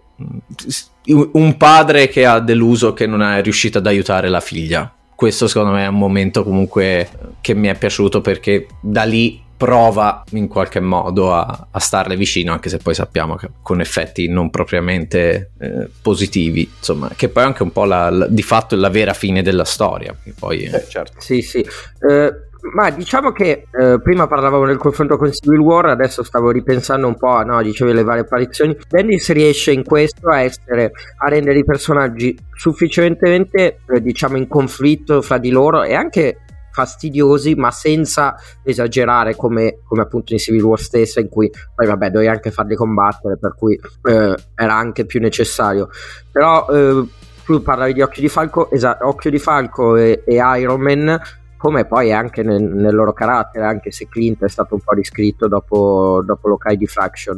un padre che ha deluso che non è riuscito ad aiutare la figlia. Questo secondo me è un momento comunque che mi è piaciuto, perché da lì prova in qualche modo a starle vicino, anche se poi sappiamo che con effetti non propriamente positivi, insomma, che poi è anche un po' di fatto la vera fine della storia. Poi certo. Sì. Ma diciamo che prima parlavamo del confronto con Civil War, adesso stavo ripensando un po', dicevi le varie apparizioni. Bendis riesce in questo a rendere i personaggi sufficientemente diciamo in conflitto fra di loro e anche fastidiosi, ma senza esagerare come appunto in Civil War stessa, in cui poi vabbè dovevi anche farli combattere, per cui era anche più necessario. Però tu parlavi di Occhio di Falco, Occhio di Falco e Iron Man, come poi anche nel loro carattere, anche se Clint è stato un po' riscritto dopo l'Okai di Fraction,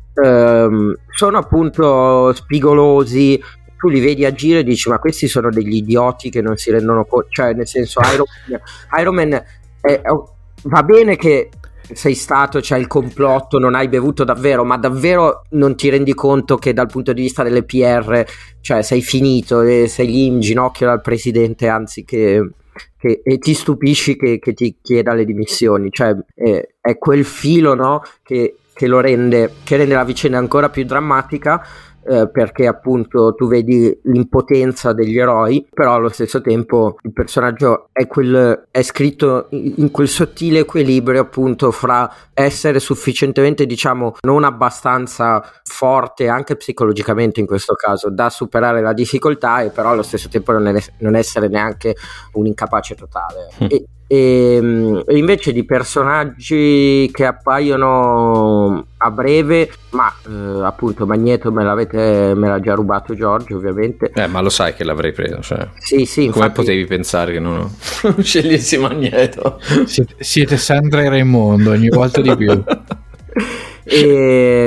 sono appunto spigolosi. Tu li vedi agire e dici, ma questi sono degli idioti che non si rendono conto, cioè nel senso Iron Man va bene che sei stato, c'è il complotto, non hai bevuto davvero, ma davvero non ti rendi conto che dal punto di vista delle PR, cioè sei finito e sei lì in ginocchio dal presidente, anzi e ti stupisci che ti chieda le dimissioni, cioè è quel filo, no, che rende la vicenda ancora più drammatica, perché appunto tu vedi l'impotenza degli eroi, però allo stesso tempo il personaggio è scritto in quel sottile equilibrio appunto fra essere sufficientemente, diciamo, non abbastanza forte anche psicologicamente in questo caso da superare la difficoltà, e però allo stesso tempo non essere neanche un incapace totale. E invece di personaggi che appaiono a breve, ma appunto Magneto me l'ha già rubato Giorgio, ovviamente. Ma lo sai che l'avrei preso, cioè. Sì, come infatti... potevi pensare che non scegliessi Magneto? Siete Sandra e Raimondo ogni volta di più.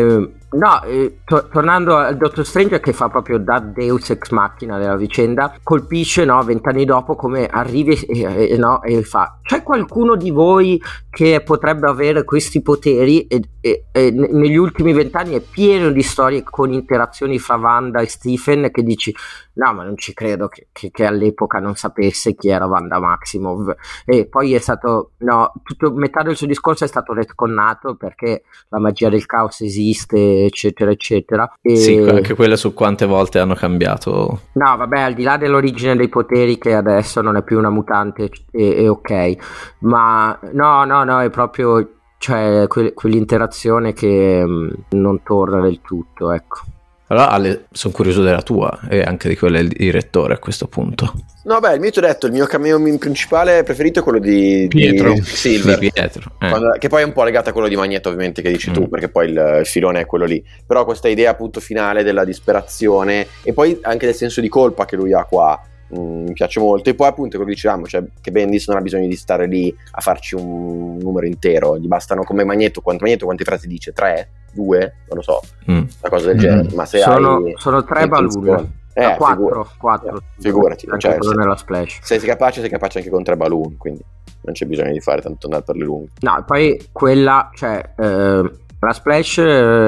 No, tornando al Dottor Strange, che fa proprio da Deus ex machina della vicenda, colpisce, no, 20 anni dopo, come arrivi e fa: c'è qualcuno di voi che potrebbe avere questi poteri? E negli ultimi 20 anni è pieno di storie con interazioni fra Wanda e Stephen, che dici no, ma non ci credo che all'epoca non sapesse chi era Wanda Maximoff. E poi è stato, no, metà del suo discorso è stato retconnato perché la magia del caos esiste, eccetera eccetera. E sì, anche quella su quante volte hanno cambiato. No, vabbè, al di là dell'origine dei poteri, che adesso non è più una mutante, è ok, ma no, è proprio, cioè, quell'interazione che non torna del tutto, ecco. Allora, Ale, sono curioso della tua e anche di quella del direttore a questo punto. No, beh, il detto, il mio cameo principale preferito è quello di Pietro. Di Silver, di Pietro. che poi è un po' legato a quello di Magneto, ovviamente, che dici tu, perché poi il filone è quello lì. Però questa idea appunto finale della disperazione e poi anche del senso di colpa che lui ha qua mi piace molto. E poi appunto quello che dicevamo, cioè che Bendis non ha bisogno di stare lì a farci un numero intero, gli bastano come Magneto quante frasi dice? 3? 2? Non lo so, una cosa del genere. Ma se sono 3 balloon. 4. Figurati, cioè, nella splash. Sei capace anche con 3 balloon, quindi non c'è bisogno di fare tanto andare per le lunghe. No, poi quella, cioè la splash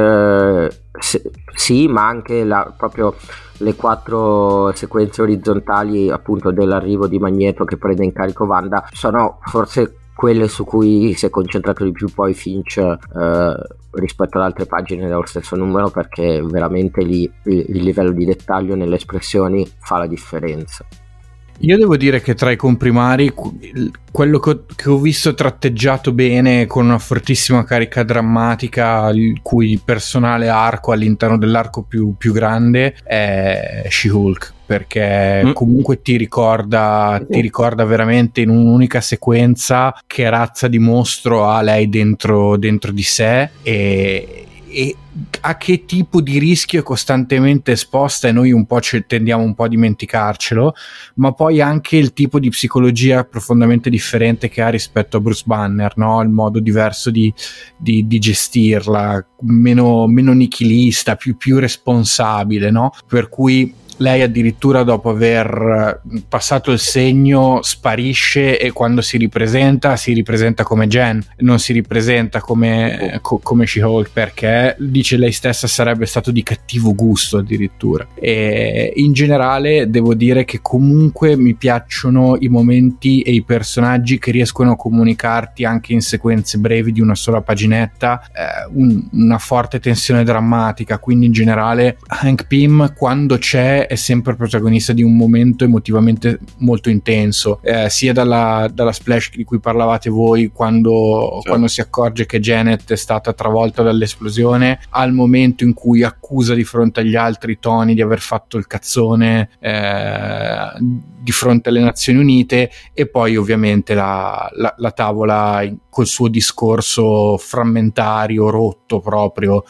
sì, ma anche proprio le 4 sequenze orizzontali, appunto, dell'arrivo di Magneto che prende in carico Wanda, sono forse quelle su cui si è concentrato di più poi Finch rispetto ad altre pagine dello stesso numero, perché veramente lì il livello di dettaglio nelle espressioni fa la differenza. Io devo dire che tra i comprimari quello che ho visto tratteggiato bene, con una fortissima carica drammatica, il cui personale arco all'interno dell'arco più grande, è She-Hulk, perché comunque ti ricorda veramente in un'unica sequenza che razza di mostro ha lei dentro di sé e a che tipo di rischio è costantemente esposta, e noi un po' tendiamo un po' a dimenticarcelo, ma poi anche il tipo di psicologia profondamente differente che ha rispetto a Bruce Banner, no? Il modo diverso di gestirla, meno nichilista, più responsabile, no? Per cui lei addirittura, dopo aver passato il segno, sparisce, e quando si ripresenta come Jen, non si ripresenta come She-Hulk, perché dice lei stessa sarebbe stato di cattivo gusto addirittura. E in generale devo dire che comunque mi piacciono i momenti e i personaggi che riescono a comunicarti anche in sequenze brevi di una sola paginetta una forte tensione drammatica. Quindi in generale Hank Pym, quando c'è, è sempre protagonista di un momento emotivamente molto intenso, sia dalla splash di cui parlavate voi, quando si accorge che Janet è stata travolta dall'esplosione, al momento in cui accusa di fronte agli altri Tony di aver fatto il cazzone di fronte alle Nazioni Unite, e poi ovviamente la tavola col suo discorso frammentario, rotto proprio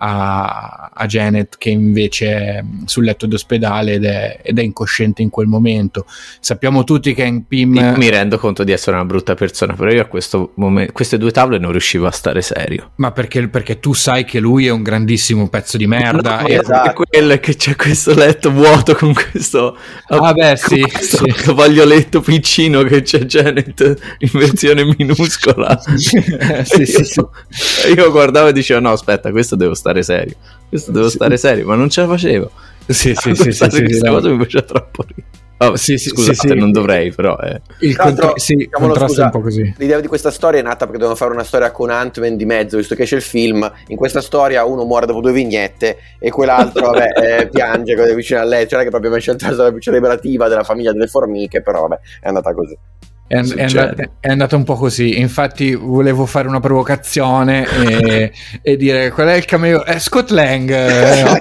a Janet, che invece è sul letto d'ospedale ed è incosciente in quel momento. Sappiamo tutti che Hank Pym... Io mi rendo conto di essere una brutta persona, però io a questo momento, queste 2 tavole, non riuscivo a stare serio. Ma perché tu sai che lui è un grandissimo pezzo di merda. No, esatto. Quello è che c'è questo letto vuoto con questo questo vaglioletto piccino, che c'è Janet in versione minuscola. sì. Io guardavo e dicevo no, aspetta, questo devo stare serio, stare serio, ma non ce la facevo. Sì, questa cosa mi faceva troppo ridere. Oh, scusate, non dovrei, però il contrasto è un po' così. L'idea di questa storia è nata perché dovevano fare una storia con Ant-Man di mezzo, visto che c'è il film. In questa storia uno muore dopo 2 vignette e quell'altro piange vicino a lei, cioè che proprio mi ha scelto la più celebrativa della famiglia delle formiche, però vabbè, è andata così. È andata un po' così. Infatti volevo fare una provocazione e dire qual è il cameo. È Scott Lang.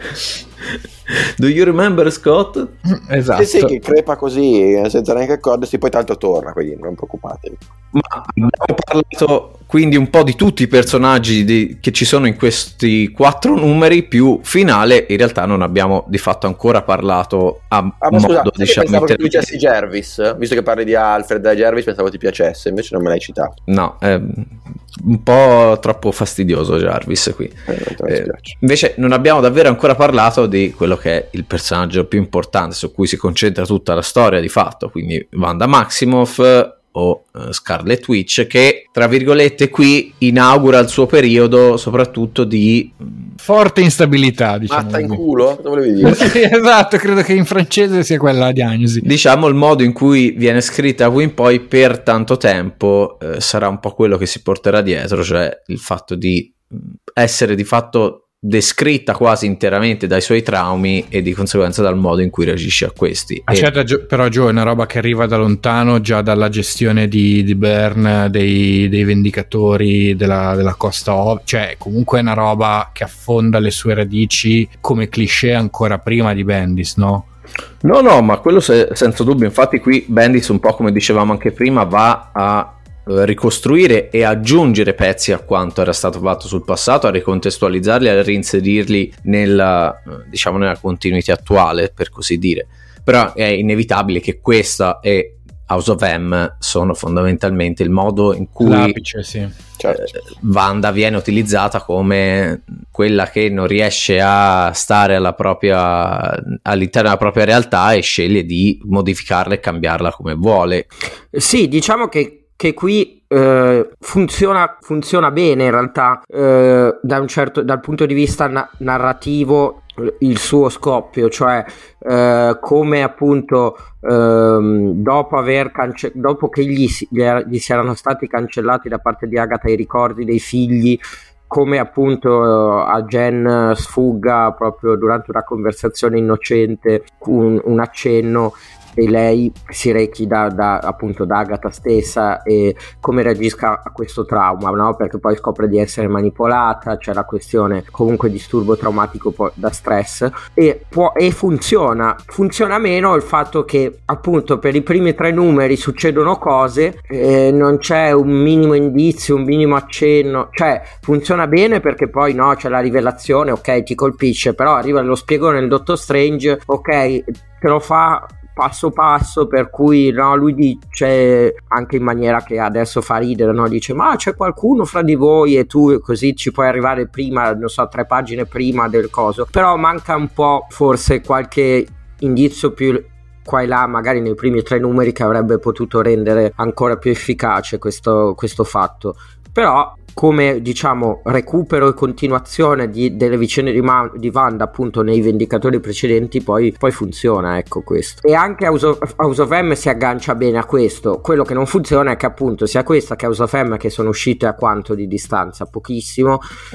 Do you remember Scott? Esatto. Sì, che crepa così senza neanche accorgersi, poi tanto torna, quindi non preoccupatevi. Ma abbiamo parlato quindi un po' di tutti i personaggi che ci sono in questi 4 numeri più finale. In realtà non abbiamo di fatto ancora parlato modo, diciamo, pensavo che tu dicessi Jervis, visto che parli di Alfred Jervis, pensavo ti piacesse, invece non me l'hai citato. No, un po' troppo fastidioso Jarvis qui. Invece non abbiamo davvero ancora parlato di quello che è il personaggio più importante su cui si concentra tutta la storia di fatto, quindi Wanda Maximoff o Scarlet Witch, che tra virgolette qui inaugura il suo periodo soprattutto di forte instabilità, diciamo. Matta in culo? Cosa volevi dire? Sì, esatto, credo che in francese sia quella la diagnosi. Diciamo il modo in cui viene scritta qui in poi per tanto tempo sarà un po' quello che si porterà dietro, cioè il fatto di essere di fatto descritta quasi interamente dai suoi traumi e di conseguenza dal modo in cui reagisce a questi. Però Joe, è una roba che arriva da lontano, già dalla gestione di Byrne, dei Vendicatori della costa ovest, cioè comunque è una roba che affonda le sue radici come cliché ancora prima di Bendis, no? No, ma quello senza dubbio. Infatti qui Bendis, un po' come dicevamo anche prima, va a ricostruire e aggiungere pezzi a quanto era stato fatto sul passato, a ricontestualizzarli, a reinserirli nella continuità attuale, per così dire. Però è inevitabile che questa e House of M sono fondamentalmente il modo in cui l'apice, sì. Wanda viene utilizzata come quella che non riesce a stare all'interno della propria realtà e sceglie di modificarla e cambiarla come vuole. Sì, diciamo che qui funziona bene in realtà dal punto di vista narrativo il suo scoppio, cioè come appunto dopo che gli si erano stati cancellati da parte di Agatha i ricordi dei figli, come appunto a Jen sfugga proprio durante una conversazione innocente un accenno e lei si rechi appunto da Agatha stessa, e come reagisca a questo trauma, no? Perché poi scopre di essere manipolata, c'è la questione comunque disturbo traumatico da stress, e funziona meno il fatto che appunto per i primi 3 numeri succedono cose, non c'è un minimo indizio, un minimo accenno, cioè funziona bene perché poi no, c'è la rivelazione, ok, ti colpisce, però arriva lo spiegone nel Doctor Strange, ok, te lo fa passo passo, per cui no, lui dice anche in maniera che adesso fa ridere, no? Dice ma c'è qualcuno fra di voi e tu così ci puoi arrivare prima, non so, 3 pagine prima del coso, però manca un po' forse qualche indizio più qua e là magari nei primi 3 numeri che avrebbe potuto rendere ancora più efficace questo fatto. Però come diciamo recupero e continuazione delle vicende di Wanda appunto nei Vendicatori precedenti poi funziona, ecco questo. E anche House of M si aggancia bene a questo. Quello che non funziona è che appunto sia questa che House of M, che sono uscite a quanto di distanza? Pochissimo,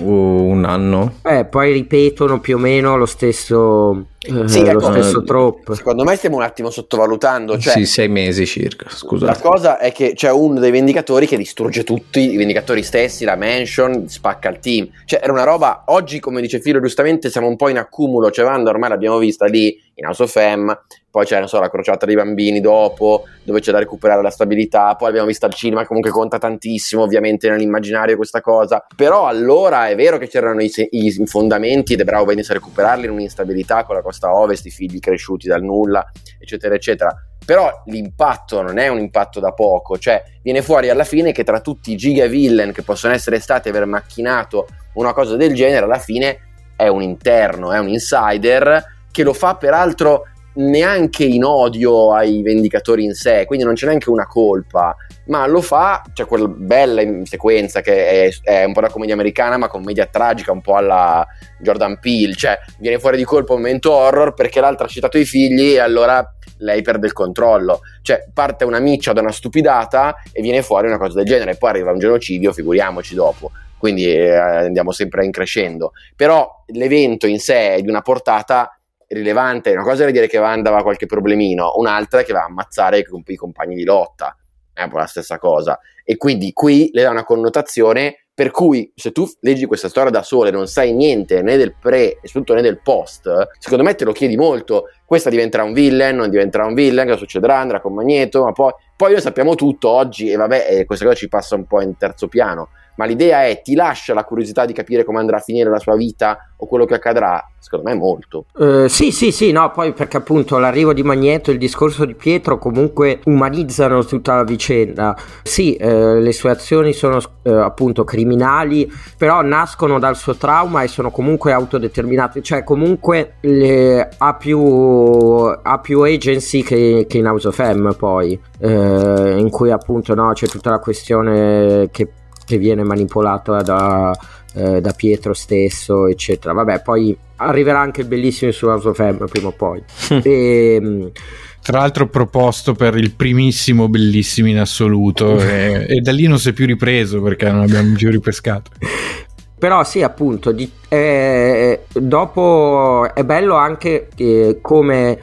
1 anno, poi ripetono più o meno lo stesso stesso troppo. Secondo me stiamo un attimo sottovalutando, cioè, sì, 6 mesi circa, scusa. La cosa è che c'è uno dei Vendicatori che distrugge tutti i Vendicatori stessi, la Mansion, spacca il team, cioè era una roba. Oggi, come dice Filo giustamente, siamo un po' in accumulo, cioè Wanda ormai l'abbiamo vista lì in House of M, poi c'è la crociata dei bambini dopo, dove c'è da recuperare la stabilità, poi l'abbiamo vista al cinema, comunque conta tantissimo ovviamente nell'immaginario questa cosa, però allora è vero che c'erano i fondamenti ed è bravo Bendis a recuperarli in un'instabilità con la costa ovest, i figli cresciuti dal nulla, eccetera eccetera. Però l'impatto non è un impatto da poco, cioè viene fuori alla fine che tra tutti i giga villain che possono essere stati aver macchinato una cosa del genere, alla fine è un interno, è un insider che lo fa peraltro neanche in odio ai Vendicatori in sé, quindi non c'è neanche una colpa, ma lo fa, c'è quella bella sequenza che è un po' da commedia americana, ma commedia tragica, un po' alla Jordan Peele, cioè viene fuori di colpo un momento horror perché l'altra ha citato i figli e allora lei perde il controllo, cioè parte una miccia da una stupidata e viene fuori una cosa del genere, e poi arriva un genocidio, figuriamoci dopo. Quindi andiamo sempre in crescendo, però l'evento in sé è di una portata rilevante. Una cosa è dire che Wanda aveva qualche problemino, un'altra è che va a ammazzare i compagni di lotta, è un po' la stessa cosa, e quindi qui le dà una connotazione per cui se tu leggi questa storia da sola e non sai niente né del pre e soprattutto né del post, secondo me te lo chiedi molto. Questa diventerà un villain, non diventerà un villain, cosa succederà, andrà con Magneto, ma poi noi sappiamo tutto oggi e vabbè, questa cosa ci passa un po' in terzo piano. ma l'idea è ti lascia la curiosità di capire come andrà a finire la sua vita o quello che accadrà, secondo me molto. Sì, no, poi perché appunto l'arrivo di Magneto e il discorso di Pietro comunque umanizzano tutta la vicenda. Sì, le sue azioni sono appunto criminali, però nascono dal suo trauma e sono comunque autodeterminate, cioè comunque ha più agency che in House of M poi, in cui appunto no, c'è tutta la questione che viene manipolata da Pietro stesso, eccetera. Vabbè, poi arriverà anche il bellissimo su House of M prima o poi. Tra l'altro proposto per il primissimo bellissimo in assoluto e da lì non si è più ripreso perché non abbiamo più ripescato. Però sì, appunto, dopo è bello anche come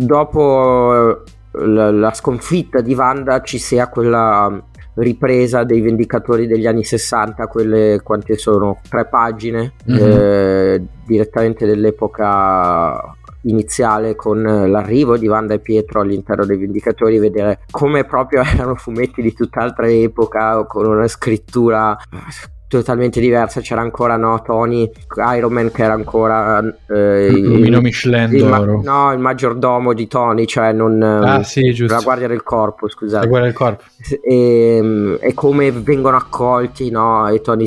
dopo la sconfitta di Wanda ci sia quella ripresa dei Vendicatori degli anni 60, quelle quante sono? 3 pagine direttamente dell'epoca iniziale, con l'arrivo di Wanda e Pietro all'interno dei Vendicatori, vedere come proprio erano fumetti di tutt'altra epoca, con una scrittura totalmente diversa. C'era ancora Tony Iron Man, che era ancora Lumino Michelin d'oro, il maggiordomo di Tony, cioè sì, giusto, la guardia del corpo, scusate, la guardia del corpo, e come vengono accolti, e Tony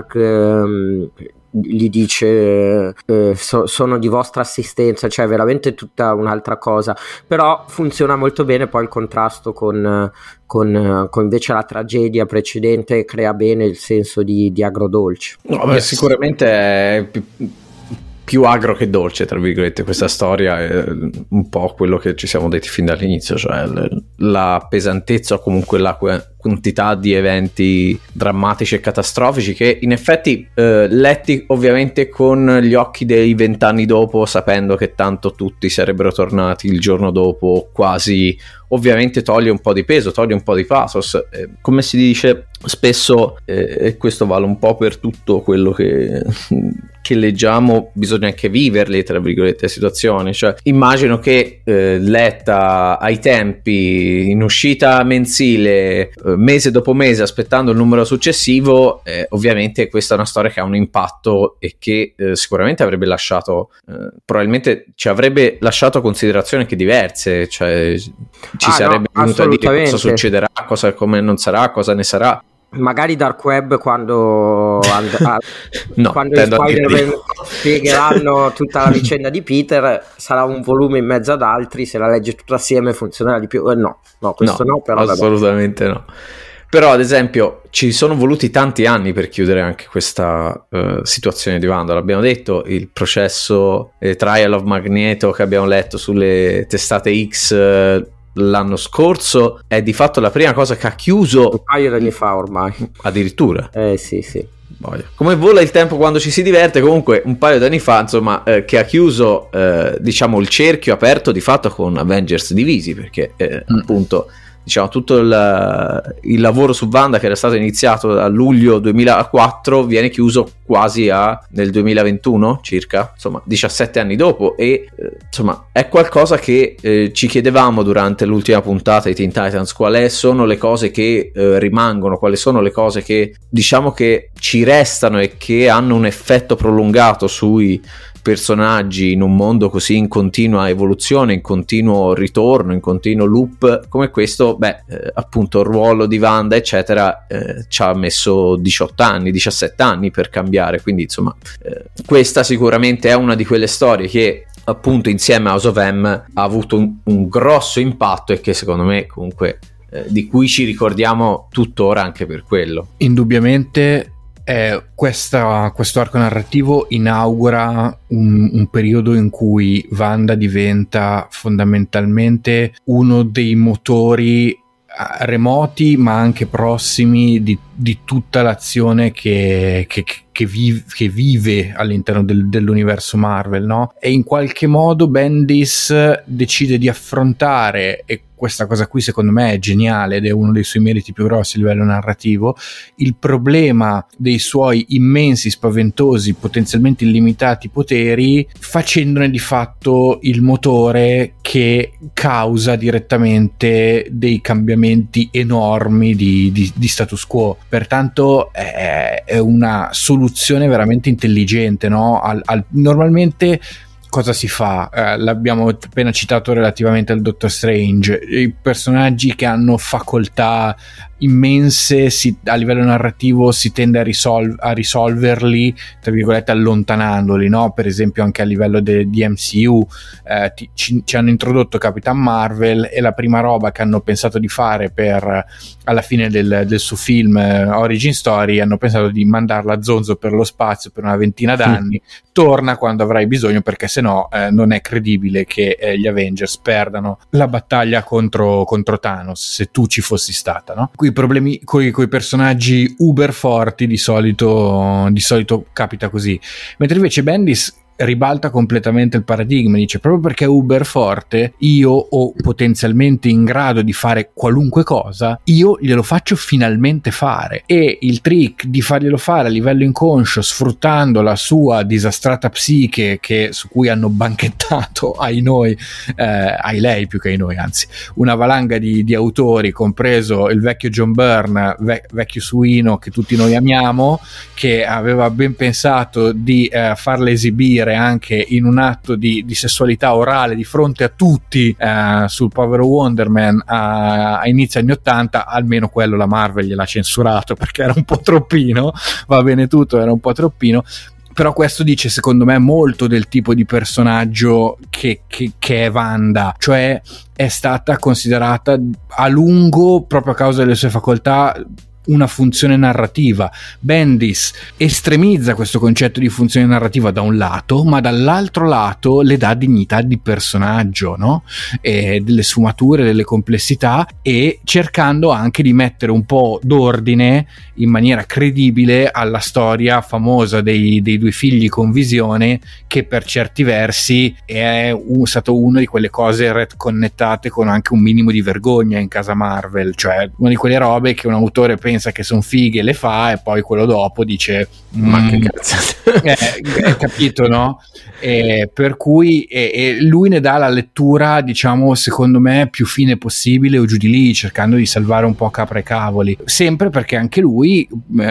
Stark gli dice sono di vostra assistenza, cioè veramente tutta un'altra cosa. Però funziona molto bene poi il contrasto con invece la tragedia precedente, crea bene il senso di agrodolce. Sicuramente è più agro che dolce, tra virgolette, questa storia è un po' quello che ci siamo detti fin dall'inizio, cioè la pesantezza o comunque la quantità di eventi drammatici e catastrofici che in effetti letti ovviamente con gli occhi dei 20 anni dopo, sapendo che tanto tutti sarebbero tornati il giorno dopo, quasi, ovviamente toglie un po' di peso, toglie un po' di pathos, come si dice spesso, e questo vale un po' per tutto quello che leggiamo, bisogna anche viverle, tra virgolette, situazioni. Cioè immagino che letta ai tempi in uscita mensile, mese dopo mese, aspettando il numero successivo, ovviamente questa è una storia che ha un impatto e che sicuramente avrebbe lasciato, probabilmente ci avrebbe lasciato considerazioni anche diverse, cioè ci sarebbe venuto a dire cosa succederà, cosa come non sarà, cosa ne sarà. Magari Dark Web quando no, quando i Spider-Man spiegheranno tutta la vicenda di Peter, sarà un volume in mezzo ad altri, se la legge tutta assieme funzionerà di più. No, questo no, però assolutamente no. Però ad esempio ci sono voluti tanti anni per chiudere anche questa situazione di Wanda. L'abbiamo detto, il processo Trial of Magneto che abbiamo letto sulle testate X l'anno scorso è di fatto la prima cosa che ha chiuso un paio di anni fa ormai, addirittura. Sì. Come vola il tempo quando ci si diverte. Comunque un paio di anni fa, insomma, che ha chiuso diciamo il cerchio aperto di fatto con Avengers divisi, perché appunto diciamo tutto il lavoro su Wanda, che era stato iniziato a luglio 2004, viene chiuso quasi nel 2021 circa, insomma 17 anni dopo. E insomma è qualcosa che ci chiedevamo durante l'ultima puntata di Teen Titans: quali sono le cose che rimangono, quali sono le cose che diciamo che ci restano e che hanno un effetto prolungato sui personaggi in un mondo così in continua evoluzione, in continuo ritorno, in continuo loop come questo. Appunto il ruolo di Wanda eccetera ci ha messo 17 anni per cambiare, quindi insomma questa sicuramente è una di quelle storie che appunto insieme a House of M ha avuto un grosso impatto e che secondo me comunque di cui ci ricordiamo tuttora anche per quello. Indubbiamente questo arco narrativo inaugura un periodo in cui Wanda diventa fondamentalmente uno dei motori remoti ma anche prossimi di tutta l'azione che vive all'interno dell'universo Marvel, no? E in qualche modo Bendis decide di affrontare, e questa cosa qui secondo me è geniale ed è uno dei suoi meriti più grossi a livello narrativo, il problema dei suoi immensi, spaventosi, potenzialmente illimitati poteri, facendone di fatto il motore che causa direttamente dei cambiamenti enormi di status quo. Pertanto è una soluzione veramente intelligente, no? Normalmente cosa si fa? L'abbiamo appena citato relativamente al Doctor Strange, i personaggi che hanno facoltà immense a livello narrativo si tende a risolverli, tra virgolette, allontanandoli, no? Per esempio anche a livello di MCU ci hanno introdotto Capitan Marvel e la prima roba che hanno pensato di fare alla fine del suo film Origin Story, hanno pensato di mandarla a zonzo per lo spazio per una ventina d'anni, torna quando avrai bisogno, perché sennò non è credibile che gli Avengers perdano la battaglia contro Thanos se tu ci fossi stata, no? I problemi coi personaggi uber forti di solito capita così, mentre invece Bendis ribalta completamente il paradigma, dice proprio perché è uber forte io o potenzialmente in grado di fare qualunque cosa, io glielo faccio finalmente fare, e il trick di farglielo fare a livello inconscio sfruttando la sua disastrata psiche su cui hanno banchettato ai lei più che ai noi, anzi una valanga di autori, compreso il vecchio John Byrne, vecchio suino che tutti noi amiamo, che aveva ben pensato di farla esibire anche in un atto di sessualità orale di fronte a tutti sul povero Wonder Man a inizio anni 80, almeno quello la Marvel gliel'ha censurato perché era un po' troppino, va bene tutto, era un po' troppino, però questo dice secondo me molto del tipo di personaggio che è Wanda, cioè è stata considerata a lungo, proprio a causa delle sue facoltà, una funzione narrativa. Bendis estremizza questo concetto di funzione narrativa da un lato, ma dall'altro lato le dà dignità di personaggio, no? E delle sfumature, delle complessità, e cercando anche di mettere un po' d'ordine in maniera credibile alla storia famosa dei due figli con visione, che per certi versi è stato una di quelle cose retconnettate con anche un minimo di vergogna in casa Marvel, cioè una di quelle robe che un autore pensa che sono fighe, le fa, e poi quello dopo dice ma che cazzo capito, no? Per cui lui ne dà la lettura, diciamo, secondo me più fine possibile o giù di lì, cercando di salvare un po' capra e cavoli, sempre perché anche lui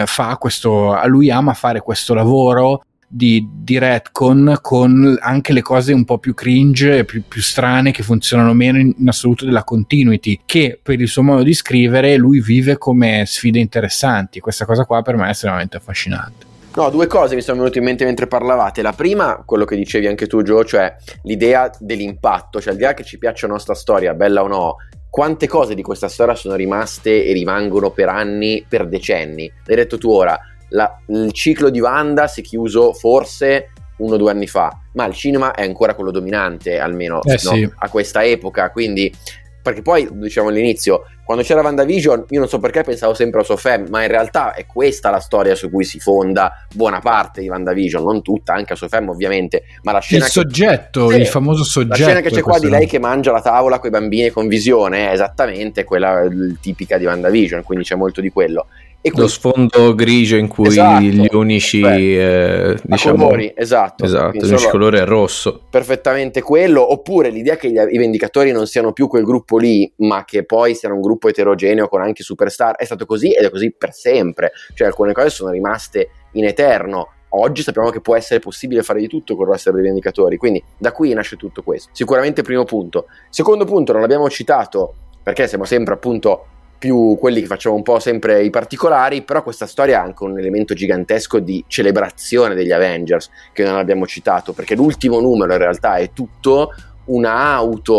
lui ama fare questo lavoro di retcon con anche le cose un po' più cringe, più strane, che funzionano meno in assoluto della continuity, che per il suo modo di scrivere lui vive come sfide interessanti. Questa cosa qua per me è estremamente affascinante. No, due cose mi sono venute in mente mentre parlavate. La prima, quello che dicevi anche tu, Gio, cioè l'idea dell'impatto, cioè l'idea che ci piaccia la nostra storia, bella o no, quante cose di questa storia sono rimaste e rimangono per anni, per decenni. L'hai detto tu ora, il ciclo di Wanda si è chiuso forse 1 o 2 anni fa, ma il cinema è ancora quello dominante, almeno sì, a questa epoca, quindi, perché poi diciamo all'inizio, quando c'era WandaVision, io non so perché pensavo sempre a SOFEM, ma in realtà è questa la storia su cui si fonda buona parte di WandaVision, non tutta, anche a SOFEM ovviamente, ma la scena il famoso soggetto, la scena che c'è qua di lei che mangia la tavola con i bambini con visione è esattamente quella tipica di WandaVision, quindi c'è molto di quello. E lo sfondo grigio in cui gli unici diciamo colori, esatto, l'unico colore è rosso, perfettamente quello. Oppure l'idea che i Vendicatori non siano più quel gruppo lì, ma che poi siano un gruppo eterogeneo con anche superstar, è stato così ed è così per sempre, cioè alcune cose sono rimaste in eterno. Oggi sappiamo che può essere possibile fare di tutto con il roster dei Vendicatori, quindi da qui nasce tutto questo. Sicuramente primo punto. Secondo punto, non l'abbiamo citato perché siamo sempre appunto più quelli che facciamo un po' sempre i particolari, però questa storia ha anche un elemento gigantesco di celebrazione degli Avengers che non abbiamo citato, perché l'ultimo numero in realtà è tutto una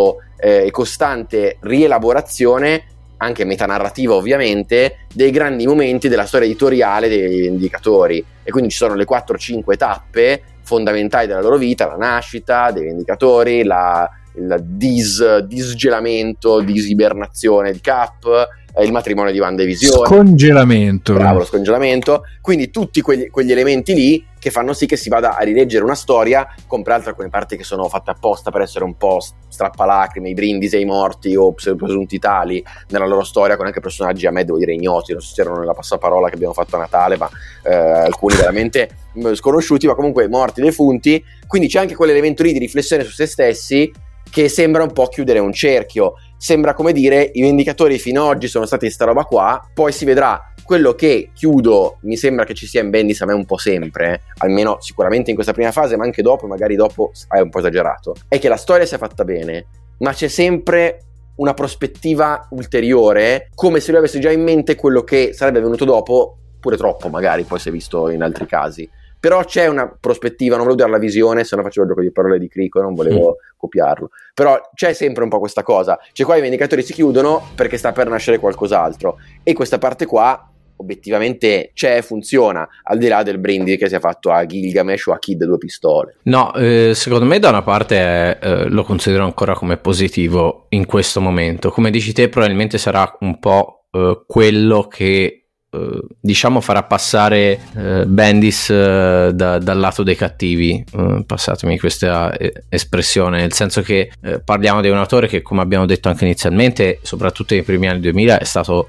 e costante rielaborazione, anche metanarrativa ovviamente, dei grandi momenti della storia editoriale dei Vendicatori, e quindi ci sono le 4-5 tappe fondamentali della loro vita: la nascita dei Vendicatori, il disgelamento, disibernazione di Cap, il matrimonio di WandaVision, scongelamento, bravo, lo scongelamento, quindi tutti quegli elementi lì che fanno sì che si vada a rileggere una storia con peraltro alcune parti che sono fatte apposta per essere un po' strappalacrime, i brindisi ai morti o presunti tali nella loro storia, con anche personaggi a me devo dire ignoti, non so se erano nella passaparola che abbiamo fatto a Natale, ma alcuni veramente sconosciuti, ma comunque morti, defunti. Quindi c'è anche quell'elemento lì di riflessione su se stessi che sembra un po' chiudere un cerchio, sembra come dire i Vendicatori fino ad oggi sono stati sta roba qua, poi si vedrà. Quello che chiudo, mi sembra che ci sia in Bendis a me un po' sempre, almeno sicuramente in questa prima fase, ma anche dopo, magari dopo è un po' esagerato, è che la storia sia fatta bene, ma c'è sempre una prospettiva ulteriore, come se lui avesse già in mente quello che sarebbe venuto dopo, pure troppo magari, poi si è visto in altri casi. Però c'è una prospettiva, non volevo dare la visione, se no facevo il gioco di parole di Crico, non volevo copiarlo, però c'è sempre un po' questa cosa, cioè qua i Vendicatori si chiudono perché sta per nascere qualcos'altro, e questa parte qua obiettivamente c'è, funziona, al di là del brindisi che sia fatto a Gilgamesh o a Kid Due Pistole. No, secondo me da una parte lo considero ancora come positivo in questo momento, come dici te probabilmente sarà un po' quello che diciamo farà passare Bendis dal lato dei cattivi, passatemi questa espressione, nel senso che parliamo di un autore che, come abbiamo detto anche inizialmente, soprattutto nei primi anni 2000 è stato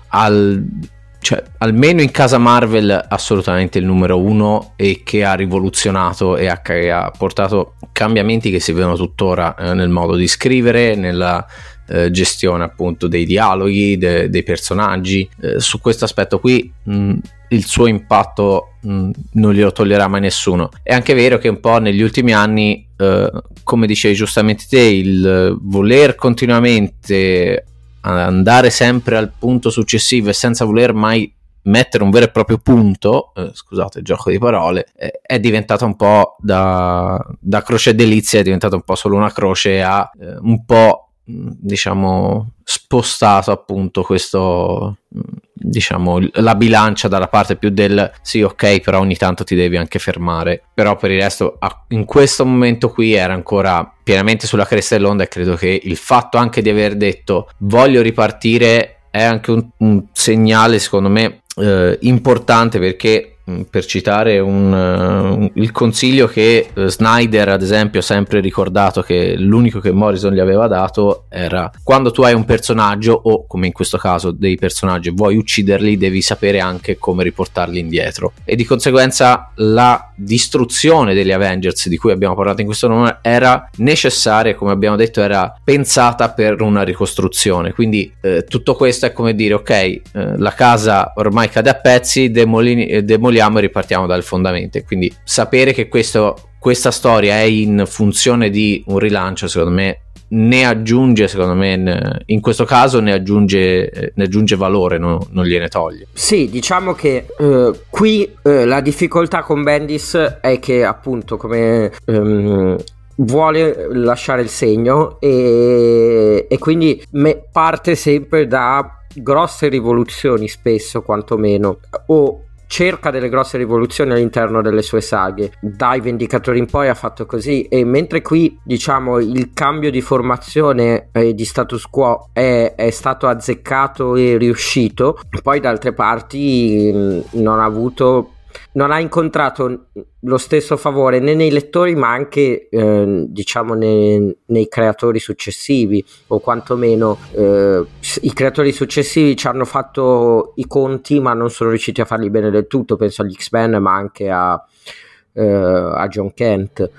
almeno in casa Marvel assolutamente il numero uno, e che ha rivoluzionato e ha portato cambiamenti che si vedono tuttora nel modo di scrivere, nella gestione appunto dei dialoghi, dei personaggi. Su questo aspetto qui il suo impatto non glielo toglierà mai nessuno. È anche vero che un po' negli ultimi anni, come dicevi giustamente te, il voler continuamente andare sempre al punto successivo e senza voler mai mettere un vero e proprio punto, scusate il gioco di parole, è diventata un po' da croce e delizia, è diventata un po' solo una croce, ha un po' diciamo spostato appunto questo, diciamo, la bilancia dalla parte più del sì, ok, però ogni tanto ti devi anche fermare. Però per il resto in questo momento qui era ancora pienamente sulla cresta dell'onda, e credo che il fatto anche di aver detto voglio ripartire è anche un segnale secondo me importante, perché per citare il consiglio che Snyder ad esempio ha sempre ricordato, che l'unico che Morrison gli aveva dato era: quando tu hai un personaggio, o come in questo caso dei personaggi, vuoi ucciderli, devi sapere anche come riportarli indietro. E di conseguenza la distruzione degli Avengers di cui abbiamo parlato in questo numero era necessaria, come abbiamo detto era pensata per una ricostruzione. Quindi tutto questo è come dire ok, la casa ormai cade a pezzi, demoliamo e ripartiamo dal fondamento. Quindi sapere che questa storia è in funzione di un rilancio, secondo me ne aggiunge, in questo caso ne aggiunge valore, non gliene toglie. Sì, diciamo che qui la difficoltà con Bendis è che appunto come vuole lasciare il segno, e quindi parte sempre da grosse rivoluzioni, spesso quantomeno, o cerca delle grosse rivoluzioni all'interno delle sue saghe. Dai Vendicatori in poi ha fatto così, e mentre qui diciamo il cambio di formazione di status quo è stato azzeccato e riuscito, poi da altre parti non ha incontrato lo stesso favore né nei lettori, ma anche diciamo nei creatori successivi, o quantomeno i creatori successivi ci hanno fatto i conti ma non sono riusciti a farli bene del tutto. Penso agli X-Men, ma anche a John Kent,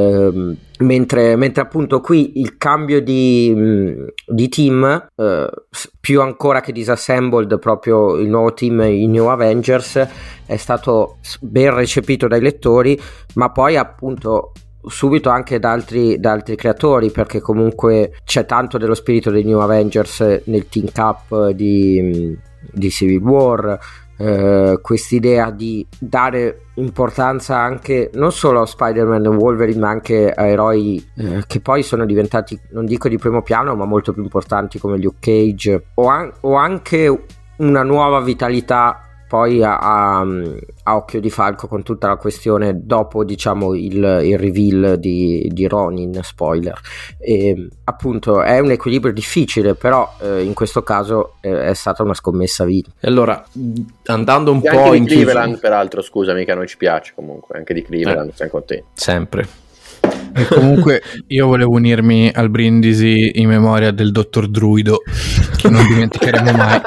mentre appunto qui il cambio di team, più ancora che Disassembled, proprio il nuovo team, i New Avengers, è stato ben recepito dai lettori, ma poi appunto subito anche da altri creatori, perché comunque c'è tanto dello spirito dei New Avengers nel team up di Civil War. Quest'idea di dare importanza anche non solo a Spider-Man e Wolverine, ma anche a eroi che poi sono diventati, non dico di primo piano, ma molto più importanti, come Luke Cage, o anche una nuova vitalità poi a Occhio di Falco, con tutta la questione dopo, diciamo, il reveal di Ronin, spoiler. E, appunto, è un equilibrio difficile, però in questo caso è stata una scommessa vinta. E allora, andando un e po' anche in di Cleveland, peraltro, scusami, che a noi ci piace comunque, anche di Cleveland, siamo contenti. Sempre. E comunque io volevo unirmi al brindisi in memoria del dottor Druido, che non dimenticheremo mai.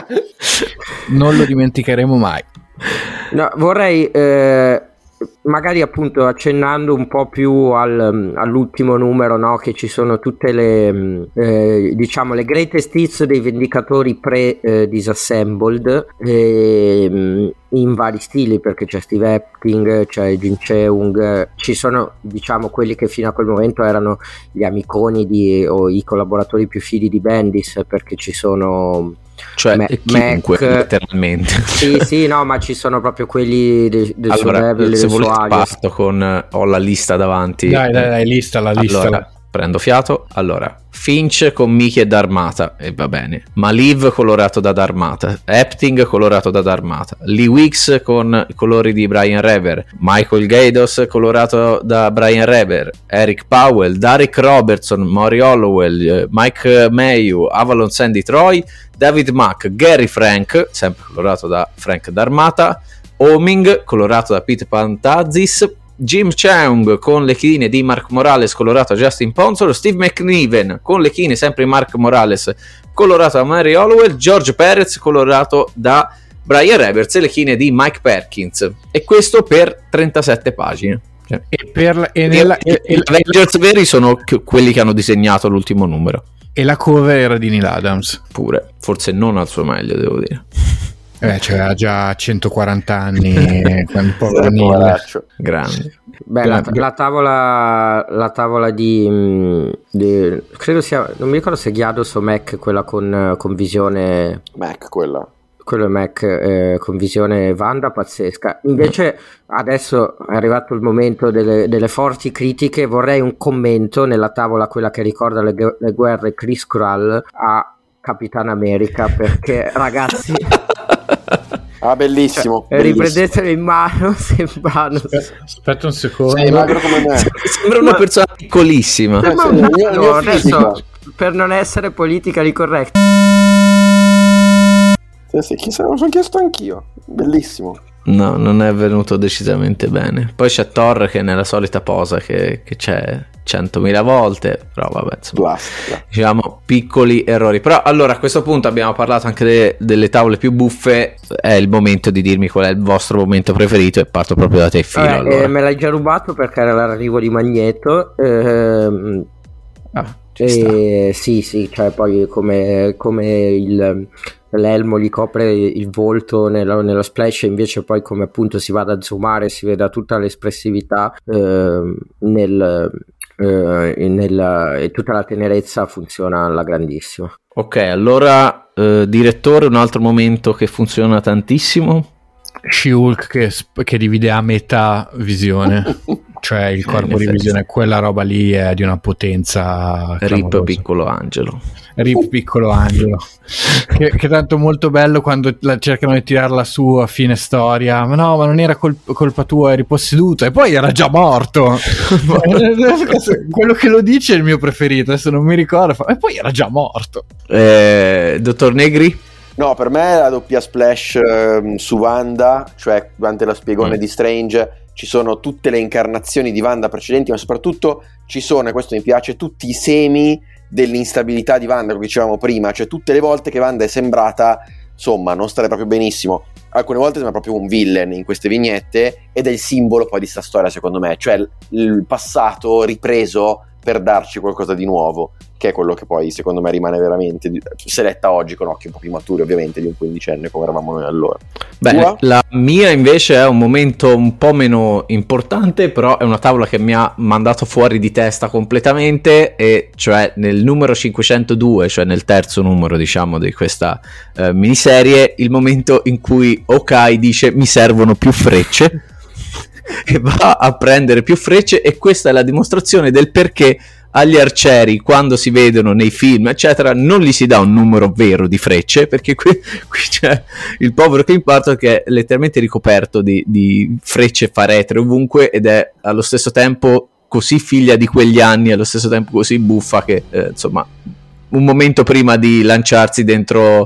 Non lo dimenticheremo mai. No, vorrei magari, appunto, accennando un po' più all'ultimo numero, no? Che ci sono tutte le diciamo le greatest hits dei Vendicatori pre-disassembled, in vari stili, perché c'è Steve Epting, c'è Jin Cheung, ci sono, diciamo, quelli che fino a quel momento erano gli amiconi o i collaboratori più fidi di Bendis, perché ci sono, cioè chiunque, letteralmente. Sì, no, ma ci sono proprio quelli del suo level, se volete alias. parto con, ho la lista davanti. Dai, lista. Allora, prendo fiato. Allora, Finch con Miki e Dharmata, e va bene. Maliv colorato da Dharmata, Epting colorato da Dharmata, Lee Wicks con i colori di Brian Reber, Michael Gaydos colorato da Brian Reber, Eric Powell, Derek Robertson, Maury Hollowell, Mike Mayu, Avalon Sandy Troy, David Mack, Gary Frank, sempre colorato da Frank Dharmata, Oming colorato da Pete Pantazis, Jim Cheung con le chine di Mark Morales colorato da Justin Ponsor, Steve McNiven con le chine sempre di Mark Morales colorato da Mary Hollowell, George Perez colorato da Brian Reberts e le chine di Mike Perkins, e questo per 37 pagine. Gli Avengers veri sono quelli che hanno disegnato l'ultimo numero, e la cover era di Neil Adams, pure forse non al suo meglio, devo dire. C'era già 140 anni quando grande. Beh, la tavola di credo sia, non mi ricordo se Ghiados o Mac, quella con visione Mac, quello è Mac, con visione Wanda, pazzesca. Invece adesso è arrivato il momento delle forti critiche. Vorrei un commento nella tavola, quella che ricorda le guerre Chris Krull, a Capitan America, perché ragazzi bellissimo, cioè, riprendetelo in mano, sembrano, aspetta un secondo, sei magro come me. Sembra una persona piccolissima. Adesso, per non essere politically correct, sì, chissà, lo sono chiesto anch'io. Bellissimo. No, non è venuto decisamente bene. Poi c'è Thor che è nella solita posa che c'è 100.000 volte, però vabbè, insomma, diciamo piccoli errori. Però allora, a questo punto abbiamo parlato anche delle tavole più buffe, è il momento di dirmi qual è il vostro momento preferito, e parto proprio da te, Filo. Allora. Me l'hai già rubato perché era l'arrivo di Magneto. Sì, cioè poi come l'elmo gli copre il volto nella splash, invece poi come appunto si va ad zoomare si vede tutta l'espressività e tutta la tenerezza, funziona alla grandissima. Ok, allora direttore, un altro momento che funziona tantissimo, She-Hulk che divide a metà visione. Cioè il corpo di visione, quella roba lì è di una potenza clamorosa. Rip piccolo angelo, che tanto molto bello quando cercano di tirarla su a fine storia, ma non era colpa tua, eri posseduto, e poi era già morto. Quello che lo dice è il mio preferito, adesso non mi ricordo, e poi era già morto. Dottor Negri? No, per me la doppia splash su Wanda, cioè durante la spiegone di Strange ci sono tutte le incarnazioni di Wanda precedenti, ma soprattutto ci sono, e questo mi piace, tutti i semi dell'instabilità di Wanda, come dicevamo prima, cioè tutte le volte che Wanda è sembrata, insomma, non stare proprio benissimo, alcune volte sembra proprio un villain in queste vignette, ed è il simbolo poi di sta storia, secondo me, cioè il passato ripreso per darci qualcosa di nuovo, che è quello che poi secondo me rimane veramente, se letta oggi con occhi un po' più maturi ovviamente di un quindicenne come eravamo noi allora. Beh, la mia invece è un momento un po' meno importante, però è una tavola che mi ha mandato fuori di testa completamente, e cioè nel numero 502, cioè nel terzo numero, diciamo, di questa miniserie, il momento in cui Hawkeye dice: mi servono più frecce. e va a prendere più frecce, e questa è la dimostrazione del perché agli arcieri, quando si vedono nei film eccetera, non gli si dà un numero vero di frecce, perché qui c'è il povero Clint Barton che è letteralmente ricoperto di frecce faretre ovunque, ed è allo stesso tempo così figlia di quegli anni, allo stesso tempo così buffa che insomma, un momento prima di lanciarsi dentro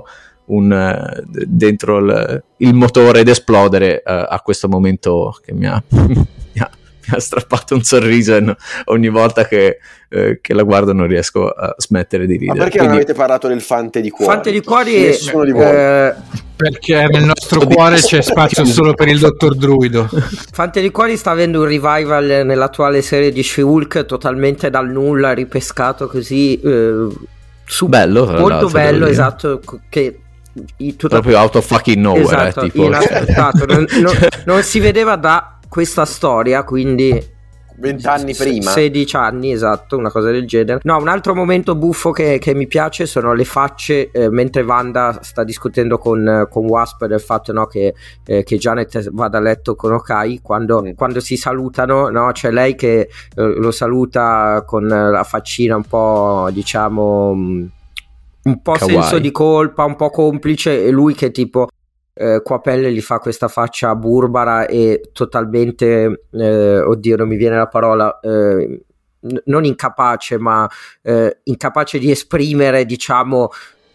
il motore ed esplodere, a questo momento che mi ha strappato un sorriso, e ogni volta che la guardo non riesco a smettere di ridere. Ma perché non avete parlato del Fante di Cuori? Fante di Cuori Nessuno di voi. Perché nel nostro cuore c'è spazio solo per il dottor Druido. Fante di Cuori sta avendo un revival nell'attuale serie di She-Hulk, totalmente dal nulla, ripescato così, bello, molto bello, esatto, che proprio out of fucking nowhere, esatto, tipo inaspettato. non si vedeva da questa storia, quindi 20 anni prima, 16 anni, esatto, una cosa del genere. No, un altro momento buffo che mi piace sono le facce mentre Wanda sta discutendo con Wasp del fatto, no, che Janet vada a letto con Hawkeye, quando si salutano, no, c'è lei che lo saluta con la faccina un po', diciamo, un po' kawaii, senso di colpa, un po' complice, e lui che tipo qua Pelle gli fa questa faccia burbera e totalmente oddio, non mi viene la parola, non incapace, ma incapace di esprimere, diciamo,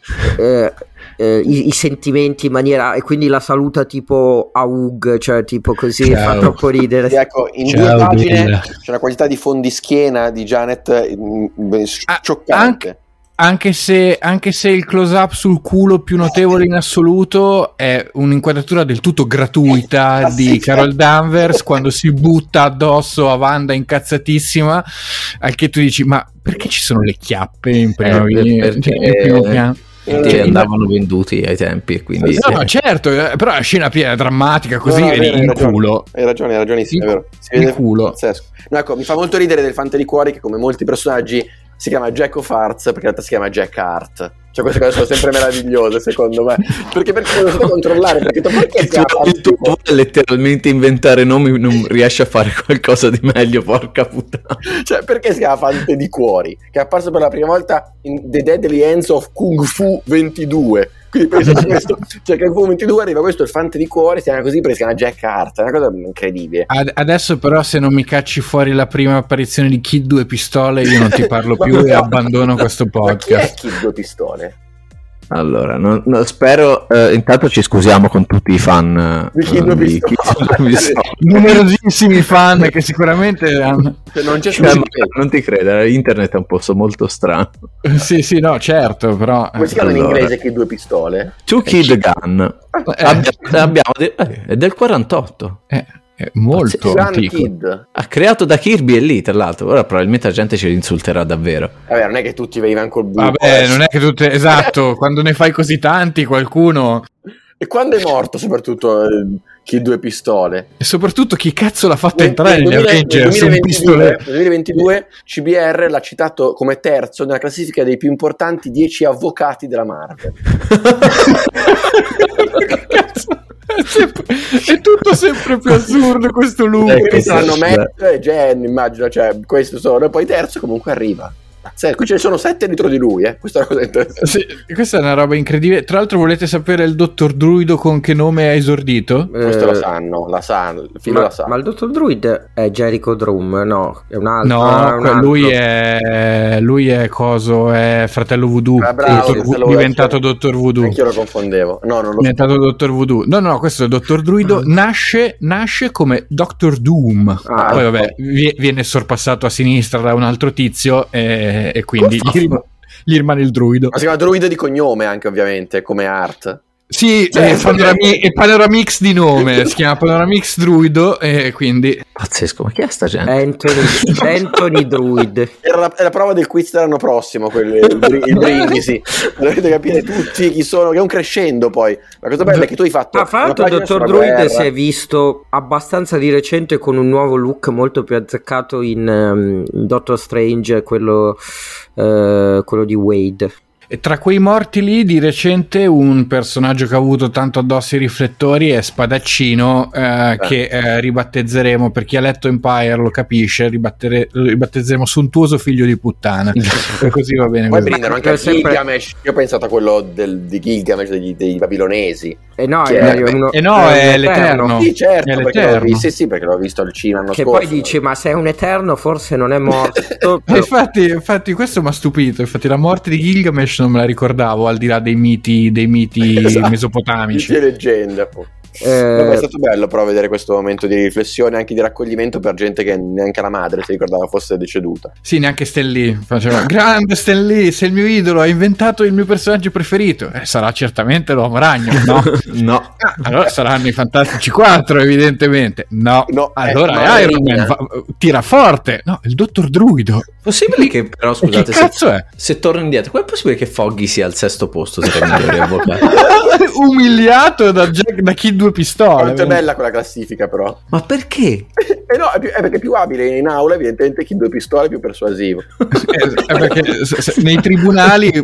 i sentimenti in maniera, e quindi la saluta tipo a Hug, cioè tipo così. Ciao. Fa troppo ridere. Sì, ecco, in Ciao, 2 pagine bella. c'è una quantità di fondischiena di Janet scioccante. Anche se il close-up sul culo più notevole in assoluto è un'inquadratura del tutto gratuita di Carol Danvers quando si butta addosso a Wanda incazzatissima, al che tu dici: ma perché ci sono le chiappe in primo piano? Andavano venduti ai tempi, e quindi no, certo, però la scena piena drammatica così, in culo. Hai ragionissimo, è vero. Si in vede culo. Pazzesco. No, ecco, mi fa molto ridere del Fante di Cuori che, come molti personaggi, si chiama Jack of Hearts perché in realtà si chiama Jack Heart. Cioè, queste cose sono sempre meravigliose, secondo me. Perché non so controllare, perché il tuo vuole letteralmente inventare nomi, non riesce a fare qualcosa di meglio, porca puttana. Cioè, perché si chiama Fante di Cuori? Che è apparso per la prima volta in The Deadly Hands of Kung Fu 22. Quindi pensate questo, cioè Kung Fu 22 arriva questo, il Fante di Cuori, si chiama così perché si chiama Jack Hart. È una cosa incredibile. Adesso però, se non mi cacci fuori la prima apparizione di Kid 2 Pistole, io non ti parlo più e abbandono questo podcast. Ma chi è Kid 2 Pistole? Allora, spero, intanto ci scusiamo con tutti i fan di Kid 2 Pistole. Numerosissimi fan che sicuramente hanno... non c'è non ti credere, internet è un posto molto strano. Sì, no, certo, però come si chiama in inglese Kid 2 Pistole? Two Kid Gun. È del 48. È molto antico. Kid. Ha creato da Kirby, e lì tra l'altro. Ora probabilmente la gente ci insulterà davvero. Vabbè, non è che tutti venivano col buco. Vabbè, non è che tutte, esatto, quando ne fai così tanti qualcuno. E quando è morto soprattutto Kid 2 Pistole? E soprattutto chi cazzo l'ha fatto entrare negli Avengers? Nel 2022 CBR l'ha citato come terzo nella classifica dei più importanti 10 avvocati della Marvel. È tutto sempre più assurdo questo loop. Saranno Matt e Jen, immagino, cioè questo sono, e poi terzo comunque arriva. Qui ce ne sono 7 dietro di lui, questa è una cosa interessante. Sì, questa è una roba incredibile. Tra l'altro, volete sapere il dottor Druido con che nome ha esordito? Questo lo sanno, il filo la sa. Ma il dottor Druid è Jericho Drum, no? È un altro. No, lui è coso, è fratello Voodoo. Bravo, diventato dottor Voodoo. Anch'io lo confondevo. No, non lo diventato dottor Voodoo. No, questo è il dottor Druido. Nasce come Doctor Doom. Poi vabbè, viene sorpassato a sinistra da un altro tizio e quindi gli rimane il druido. Ma si chiama druido di cognome anche, ovviamente, come art. Sì, è Panoramix di nome, si chiama Panoramix Druido, e quindi... Pazzesco, ma chi è sta gente? Anthony Druid. È la prova del quiz dell'anno prossimo, il brindisi. Dovete capire tutti chi sono, che è un crescendo poi. La cosa bella è che tu hai fatto... Ma fra l'altro il dottor Druid si è visto abbastanza di recente con un nuovo look molto più azzeccato in Doctor Strange, quello di Wade. E tra quei morti lì, di recente, un personaggio che ha avuto tanto addosso i riflettori è Spadaccino, che ribattezzeremo, per chi ha letto Empire lo capisce, ribattezzeremo Sontuoso figlio di puttana. E così va bene. Poi prendono anche Gilgamesh. Io ho pensato a quello di Gilgamesh dei babilonesi. È l'Eterno. Sì, certo, è perché l'Eterno. perché l'ho visto al cinema l'anno che scorso. poi dici, ma se è un Eterno forse non è morto. Infatti questo mi ha stupito. Infatti la morte di Gilgamesh non me la ricordavo, al di là dei miti Esatto. mesopotamici. Miti e leggende. Vabbè, è stato bello però vedere questo momento di riflessione, anche di raccoglimento per gente che neanche la madre si ricordava fosse deceduta. Sì, neanche Stan Lee faceva grande Stan Lee, sei il mio idolo, hai inventato il mio personaggio preferito. Sarà certamente l'Uomo Ragno. No. Allora saranno i Fantastici 4 evidentemente. No. Allora è Iron Man, tira forte. No, il Dottor Druido. Possibile che però, scusate, che cazzo è? Se torno indietro, com'è possibile che Foggy sia al sesto posto tra i migliori avvocati? Umiliato da Kid Due Pistole. Quanto è bella quella classifica però. Ma perché? No, è perché è più abile in aula, evidentemente Kid Due Pistole è più persuasivo. Perché nei tribunali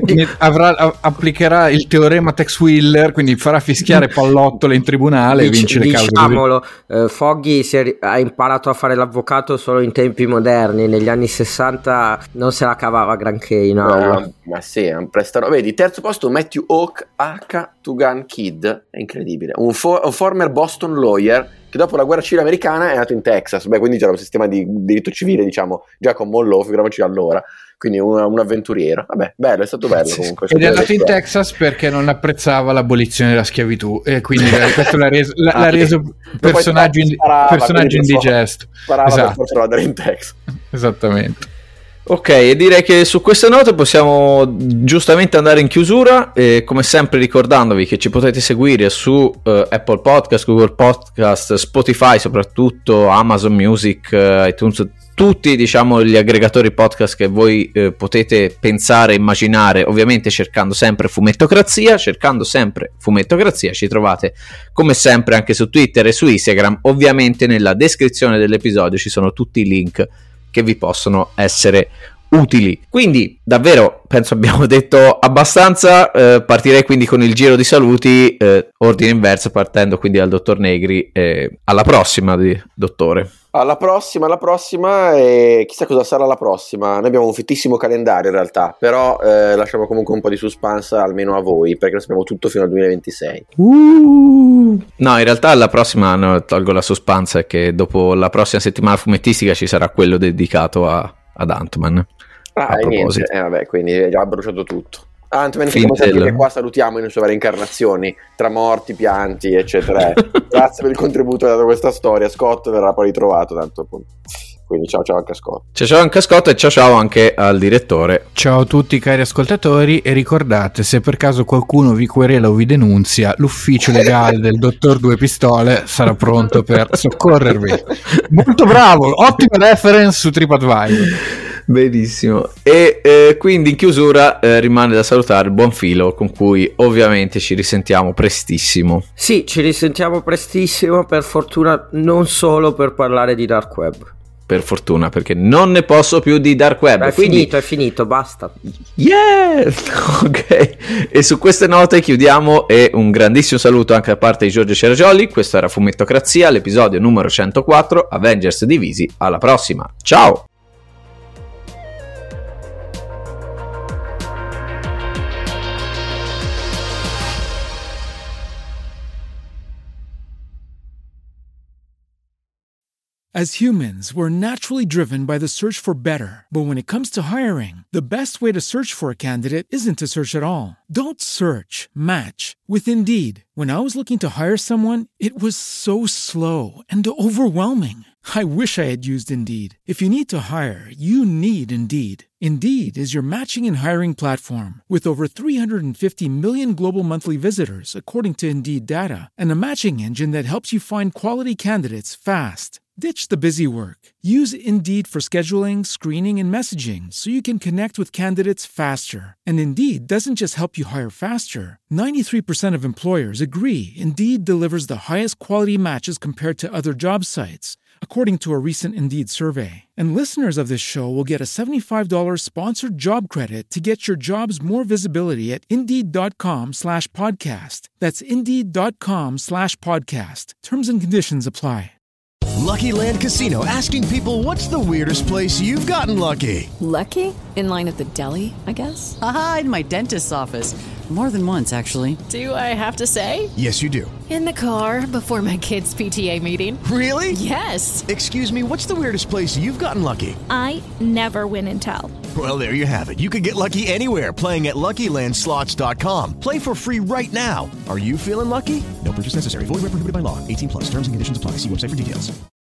applicherà il teorema Tex Willer, quindi farà fischiare pallottole in tribunale e vince le cause. Diciamolo, Foggy ha imparato a fare l'avvocato solo in tempi moderni. Negli anni 60 non se la cavava granché in aula. Ma sì, prestano. Vedi, terzo posto Matthew Hawke, H. Tugan Kid, è incredibile, un former Boston lawyer che dopo la guerra civile americana è nato in Texas. Quindi c'era un sistema di diritto civile, diciamo, già con Monroe, figuriamoci allora. Quindi un avventuriero. Vabbè, bello, è stato bello comunque. Ed è nato in Texas perché non apprezzava l'abolizione della schiavitù e quindi questo l'ha reso personaggio indigesto. Sparava esatto. per forza andare in Texas. Esattamente. Ok, e direi che su queste note possiamo giustamente andare in chiusura, come sempre ricordandovi che ci potete seguire su Apple Podcast, Google Podcast, Spotify, soprattutto Amazon Music, iTunes, tutti, diciamo, gli aggregatori podcast che voi potete pensare, immaginare, ovviamente cercando sempre Fumettocrazia. Cercando sempre Fumettocrazia ci trovate come sempre anche su Twitter e su Instagram. Ovviamente nella descrizione dell'episodio ci sono tutti i link che vi possono essere utili. Quindi davvero penso abbiamo detto abbastanza. Partirei quindi con il giro di saluti, ordine inverso, partendo quindi dal dottor Negri. Alla prossima, dottore. Alla prossima, e chissà cosa sarà la prossima. Noi abbiamo un fittissimo calendario in realtà, però lasciamo comunque un po' di suspense almeno a voi, perché lo sappiamo tutto fino al 2026. No, in realtà la prossima, tolgo la suspense, che dopo la prossima settimana fumettistica ci sarà quello dedicato ad Ant-Man. Niente, vabbè, quindi è già bruciato tutto. Ant-Man, che qua salutiamo in sue varie incarnazioni, tra morti, pianti, eccetera. Grazie per il contributo dato a questa storia. Scott verrà poi ritrovato, tanto appunto. Quindi ciao anche a Scott. Ciao anche a Scott e ciao anche al direttore. Ciao a tutti cari ascoltatori, e ricordate, se per caso qualcuno vi querela o vi denunzia, l'ufficio legale del dottor Due Pistole sarà pronto per soccorrervi. Molto bravo, ottima reference su TripAdvisor. Benissimo. E quindi in chiusura rimane da salutare il buon Filo, con cui ovviamente ci risentiamo prestissimo. Sì, ci risentiamo prestissimo, per fortuna non solo per parlare di Dark Web. Per fortuna, perché non ne posso più di Dark Web. È finito, basta. Yeah! Ok. E su queste note chiudiamo, e un grandissimo saluto anche da parte di Giorgio Ceragioli. Questo era Fumettocrazia, l'episodio numero 104, Avengers Divisi. Alla prossima, ciao! As humans, we're naturally driven by the search for better. But when it comes to hiring, the best way to search for a candidate isn't to search at all. Don't search, match with Indeed. When I was looking to hire someone, it was so slow and overwhelming. I wish I had used Indeed. If you need to hire, you need Indeed. Indeed is your matching and hiring platform with over 350 million global monthly visitors, according to Indeed data, and a matching engine that helps you find quality candidates fast. Ditch the busy work. Use Indeed for scheduling, screening, and messaging so you can connect with candidates faster. And Indeed doesn't just help you hire faster. 93% of employers agree Indeed delivers the highest quality matches compared to other job sites. according to a recent Indeed survey. And listeners of this show will get a $75 sponsored job credit to get your jobs more visibility at Indeed.com/podcast. That's Indeed.com/podcast. Terms and conditions apply. Lucky Land Casino, asking people, what's the weirdest place you've gotten lucky? Lucky? In line at the deli, I guess? Aha, in my dentist's office. More than once, actually. Do I have to say? Yes, you do. In the car before my kids' PTA meeting. Really? Yes. Excuse me, what's the weirdest place you've gotten lucky? I never win and tell. Well, there you have it. You can get lucky anywhere, playing at LuckyLandSlots.com. Play for free right now. Are you feeling lucky? No purchase necessary. Void where prohibited by law. 18+. Terms and conditions apply. See website for details.